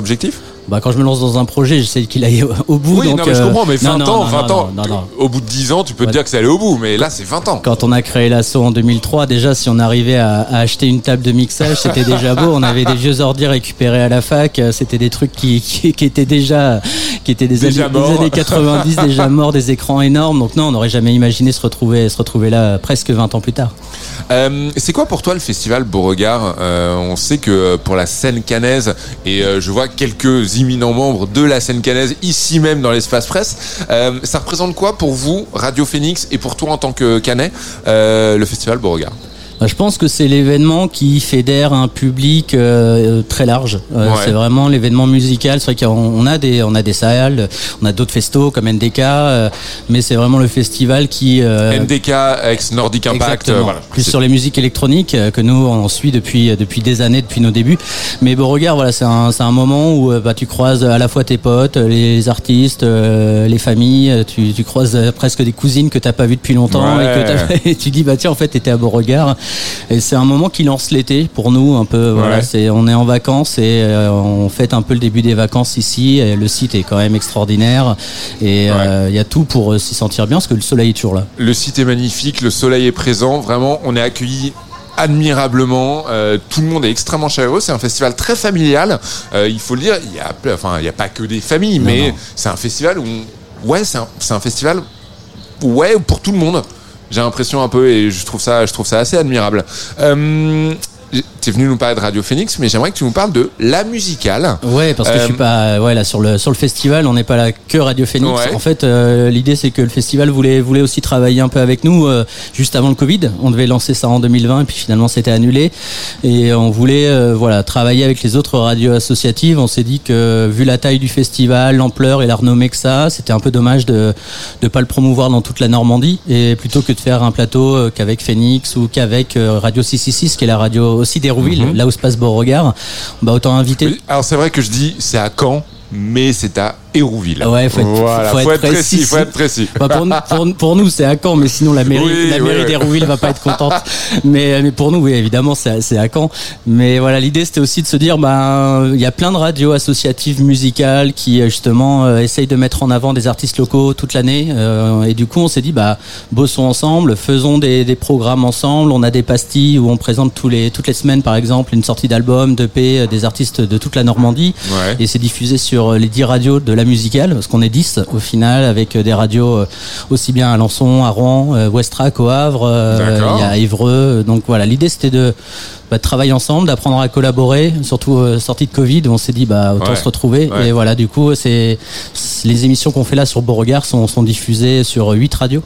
Bah, quand je me lance dans un projet, j'essaie qu'il aille au, au bout. Oui, donc, non, mais je euh, comprends, mais vingt non, ans, non, vingt non, ans, non, non, non. au bout de dix ans, tu peux te dire que c'est allé au bout, mais là, c'est vingt ans. Quand on a créé l'assaut en deux mille trois, déjà, si on arrivait à, à acheter une table de mixage, c'était déjà beau. On avait des vieux ordi récupérés à la fac. C'était des trucs qui, qui, qui étaient déjà, qui étaient des, Déjà années, des morts. années quatre-vingt-dix, déjà morts, des écrans énormes. Donc non, on n'aurait jamais imaginé se retrouver, se retrouver là presque vingt ans plus tard. Euh, c'est quoi pour toi le festival Beauregard ? euh, On sait que pour la scène caennaise, et euh, je vois quelques imminents membres de la scène caennaise ici même dans l'espace presse, euh, ça représente quoi pour vous, Radio Phoenix, et pour toi en tant que Caennais, euh, le festival Beauregard ? Je pense que c'est l'événement qui fédère un public euh, très large. Euh, Ouais. C'est vraiment l'événement musical. C'est vrai qu'on a des, on a des salles, on a d'autres festos comme N D K, euh, mais c'est vraiment le festival qui. Euh, N D K, ex Nordic Impact, Exactement. euh, voilà. Plus C'est- sur les musiques électroniques euh, que nous on suit depuis depuis des années, depuis nos débuts. Mais Beauregard, voilà, c'est un c'est un moment où euh, bah tu croises à la fois tes potes, les artistes, euh, les familles. Tu tu croises euh, presque des cousines que t'as pas vues depuis longtemps Ouais. et que t'as, et tu dis bah tiens en fait t'étais à Beauregard. Et c'est un moment qui lance l'été pour nous un peu. Voilà, Ouais. c'est on est en vacances et euh, on fête un peu le début des vacances ici. Et le site est quand même extraordinaire et il euh, y a tout pour euh, s'y sentir bien parce que le soleil est toujours là. Le site est magnifique, le soleil est présent, vraiment, on est accueillis admirablement, euh, tout le monde est extrêmement chaleureux, c'est un festival très familial, euh, il faut le dire, il y a, enfin, il y a pas que des familles, Non, mais non. c'est un festival où, on- ouais, c'est un, c'est un festival, ouais, pour tout le monde, j'ai l'impression un peu, et je trouve ça, je trouve ça assez admirable. Euh, T'es venu nous parler de Radio Phoenix, mais j'aimerais que tu nous parles de la musicale. Ouais, parce que Euh, je suis pas, ouais, là sur le sur le festival, on n'est pas là que Radio Phoenix. Ouais. En fait, euh, l'idée c'est que le festival voulait voulait aussi travailler un peu avec nous euh, juste avant le Covid. On devait lancer ça en deux mille vingt et puis finalement c'était annulé. Et on voulait euh, voilà travailler avec les autres radios associatives. On s'est dit que vu la taille du festival, l'ampleur et la renommée que ça, a, c'était un peu dommage de de pas le promouvoir dans toute la Normandie et plutôt que de faire un plateau euh, qu'avec Phoenix ou qu'avec euh, Radio six six six qui est la radio aussi d'Hérouville, Mhm. là où se passe Beauregard. Bah autant inviter. Oui, alors c'est vrai que je dis c'est à Caen, mais c'est à Hérouville. Ouais, faut être, voilà, faut être précis. faut être précis. Bah, pour, nous- pour, pour nous, c'est à Caen, mais sinon la mairie, Oui, la oui, mairie oui. d'Hérouville va pas être contente. Mais, mais pour nous, oui, évidemment, c'est à- c'est à Caen. Mais voilà, l'idée, c'était aussi de se dire, bah, il y a plein de radios associatives musicales qui justement euh, essayent de mettre en avant des artistes locaux toute l'année. Euh, et du coup, on s'est dit, bah, bossons ensemble, faisons des, des programmes ensemble. On a des pastilles où on présente tous les, toutes les semaines, par exemple, une sortie d'album, d'E P, euh, des artistes de toute la Normandie. Ouais. Et c'est diffusé sur les dix radios de la musicale, parce qu'on est dix au final, avec des radios euh, aussi bien à Alençon, à Rouen, euh, Ouestrac, au Havre, euh, D'accord. il y a Évreux. Donc voilà, l'idée c'était de, bah, de travailler ensemble, d'apprendre à collaborer, surtout euh, sortie de Covid, où on s'est dit bah autant Ouais. se retrouver. Ouais. Et voilà, du coup, c'est c'est- les émissions qu'on fait là sur Beauregard sont, sont diffusées sur huit radios.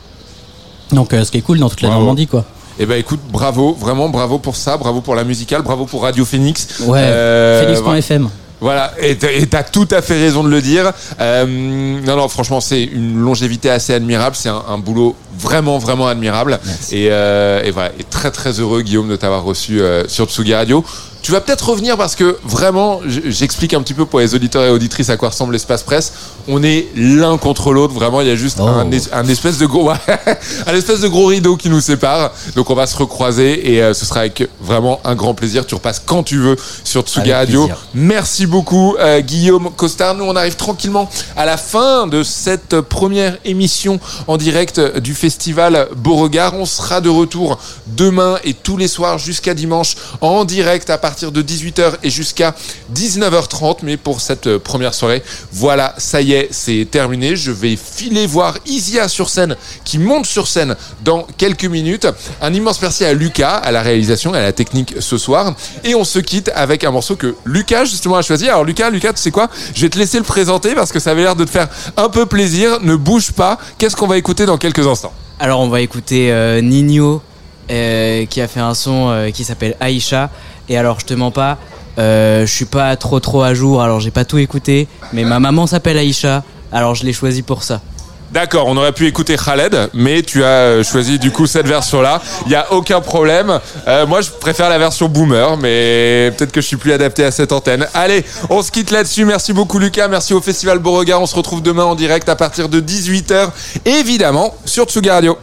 Donc euh, ce qui est cool dans toute la Bravo. Normandie, quoi. Eh ben écoute, bravo, vraiment bravo pour ça, bravo pour la musicale, bravo pour Radio Phoenix. Ouais, Euh, Phoenix point F M. Voilà, et t'as- et t'as tout à fait raison de le dire. Euh, non, non, franchement, c'est une longévité assez admirable. C'est un, un boulot vraiment, vraiment admirable. Et, euh, et voilà, et très, très heureux, Guillaume, de t'avoir reçu euh, sur Tsugi Radio. Tu vas peut-être revenir parce que vraiment, j- j'explique un petit peu pour les auditeurs et auditrices à quoi ressemble l'espace presse. On est l'un contre l'autre, vraiment. Il y a juste Oh. un, es- un espèce de gros, un espèce de gros rideau qui nous sépare. Donc on va se recroiser et euh, ce sera avec vraiment un grand plaisir. Tu repasses quand tu veux sur Tsugi Avec Radio. plaisir. Merci beaucoup, euh, Guillaume Costard. Nous, on arrive tranquillement à la fin de cette première émission en direct du festival Beauregard. On sera de retour demain et tous les soirs jusqu'à dimanche en direct à partir de dix-huit heures et jusqu'à dix-neuf heures trente. Mais pour cette euh, première soirée, voilà, ça y est, c'est terminé. Je vais filer voir Isia sur scène qui monte sur scène dans quelques minutes. Un immense merci à Lucas, à la réalisation et à la technique ce soir. Et on se quitte avec un morceau que Lucas justement a choisi. Alors Lucas, Lucas, tu sais quoi? Je vais te laisser le présenter parce que ça avait l'air de te faire un peu plaisir. Ne bouge pas. Qu'est-ce qu'on va écouter dans quelques instants? Alors on va écouter euh, Nino euh, qui a fait un son euh, qui s'appelle Aïcha. Et alors je te mens pas, euh, je suis pas trop trop à jour, alors j'ai pas tout écouté, mais ma maman s'appelle Aïcha, alors je l'ai choisi pour ça. D'accord, on aurait pu écouter Khaled, mais tu as choisi du coup cette version-là. Il n'y a aucun problème. Euh, moi, je préfère la version boomer, mais peut-être que je suis plus adapté à cette antenne. Allez, on se quitte là-dessus. Merci beaucoup Lucas, merci au Festival Beauregard. On se retrouve demain en direct à partir de dix-huit heures, évidemment, sur Tsugi Radio.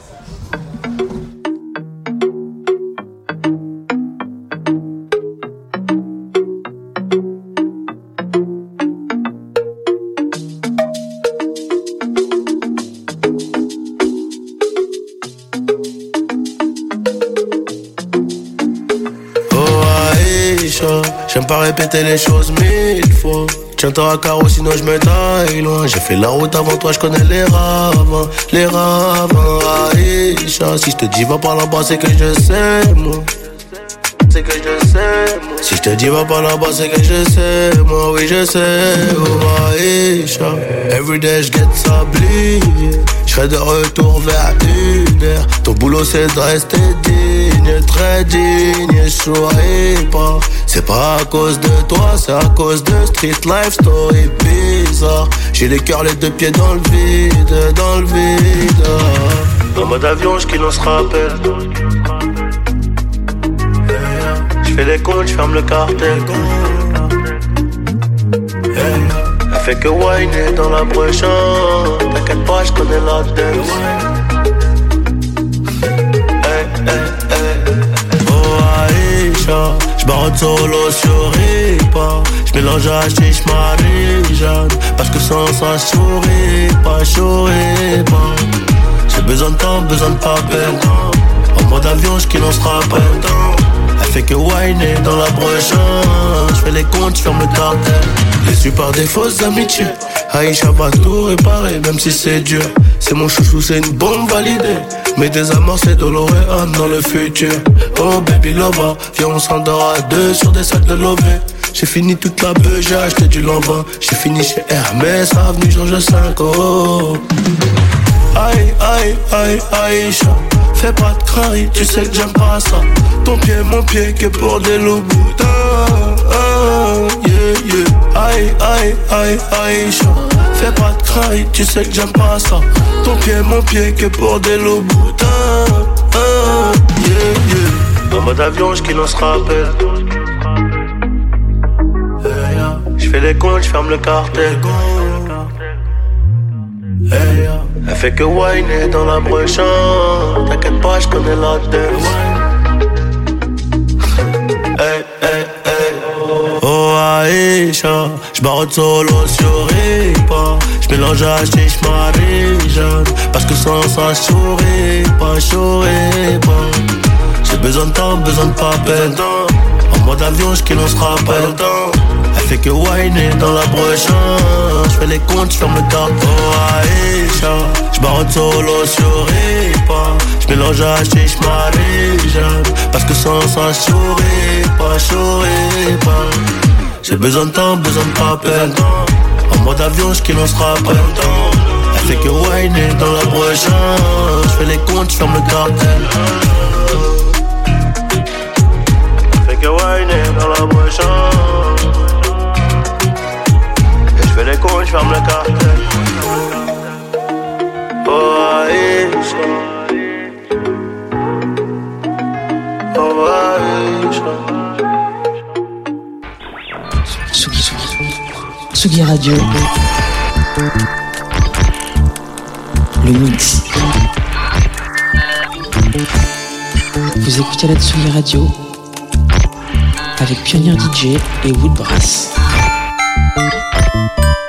Aïcha, j'aime pas répéter les choses mille fois. Tiens-toi à carreau, sinon je me taille loin. J'ai fait la route avant toi, je connais les ravins, les ravins. Aïcha, si je te dis va par là-bas, c'est que je sais, moi. C'est que je sais, moi. Si je te dis va par là-bas, c'est que je sais, moi. Oui, je sais, oh Aïcha. Everyday, je guette sablier. Je serai de retour vers une heure. Ton boulot, c'est de rester digne, très digne. Je souris pas. C'est pas à cause de toi, c'est à cause de street life story bizarre. J'ai les cœurs, les deux pieds dans le vide, dans le vide. En mode avion, je qui n'en se rappelle. Je fais les comptes, je ferme le cartel. Elle fait que whiner dans la prochaine. T'inquiète pas, je connais la dance. Hey, hey, hey. Oh Aïcha, j'barre solo sur Ripa. J'mélange à chiche Marie-Jeanne. Parce que sans ça, j'souris pas, j'souris pas. J'ai besoin de temps, besoin de papel. En mode avion, j'qui n'en se rappelle. Elle fait que whiner dans la brochante. J'fais les comptes, j'ferme le cartel. Déçu par des fausses amitiés. Aïcha va tout réparer, même si c'est dur. C'est mon chouchou, c'est une bombe validée. Mais des amours, c'est Doloréan dans le futur. Oh baby lover, viens on s'endort à deux sur des sacs de lové. J'ai fini toute la beuh, j'ai acheté du lambin. J'ai fini chez Hermès, avenue Georges cinq. Oh aïe, aïe, aïe, Aïcha, fais pas de crari, tu sais que j'aime pas ça. Ton pied, mon pied, que pour des loups boudins. Ah, yeah, yeah. Aïe, aïe, aïe, Aïcha, fais pas de crari, tu sais que j'aime pas ça. Ton pied, mon pied, que pour des loups boudins. Ah, yeah, yeah. En mode avion, j'qui n'en se rappelle. J'fais les comptes, j'ferme le cartel. Hey, elle fait que whiner dans la brochante. T'inquiète pas, j'connais la dance. Hey, hey, hey. Oh Aïcha, j'barre solo sur Ripa. J'mélange à chiche Marie-Jeanne. Parce que sans ça, j'souris pas, j'souris pas. J'ai besoin de temps, besoin de papel. En mode avion, j'qui n'en se rappelle. Elle fait que whiner dans la brochante. J'fais les comptes, j'ferme le carton. Oh Aïcha, j'barre solo sur Ripa. J'mélange à chiche Marie-Jeanne. Parce que sans ça, j'souris pas, j'souris pas. J'ai besoin de temps, besoin de papel. En mode avion, j'qui n'en se rappelle. Elle fait que whiner dans la brochante. J'fais les comptes, j'ferme le cartel. Elle fait que whiner dans la brochante. Je fais les comptes, je ferme le cartel. Oh Aïcha, oh Aïcha. Tsugi, Tsugi, Tsugi Radio. Le mix. Vous écoutez la Tsugi Radio avec Pionnier D J et Woodbrass.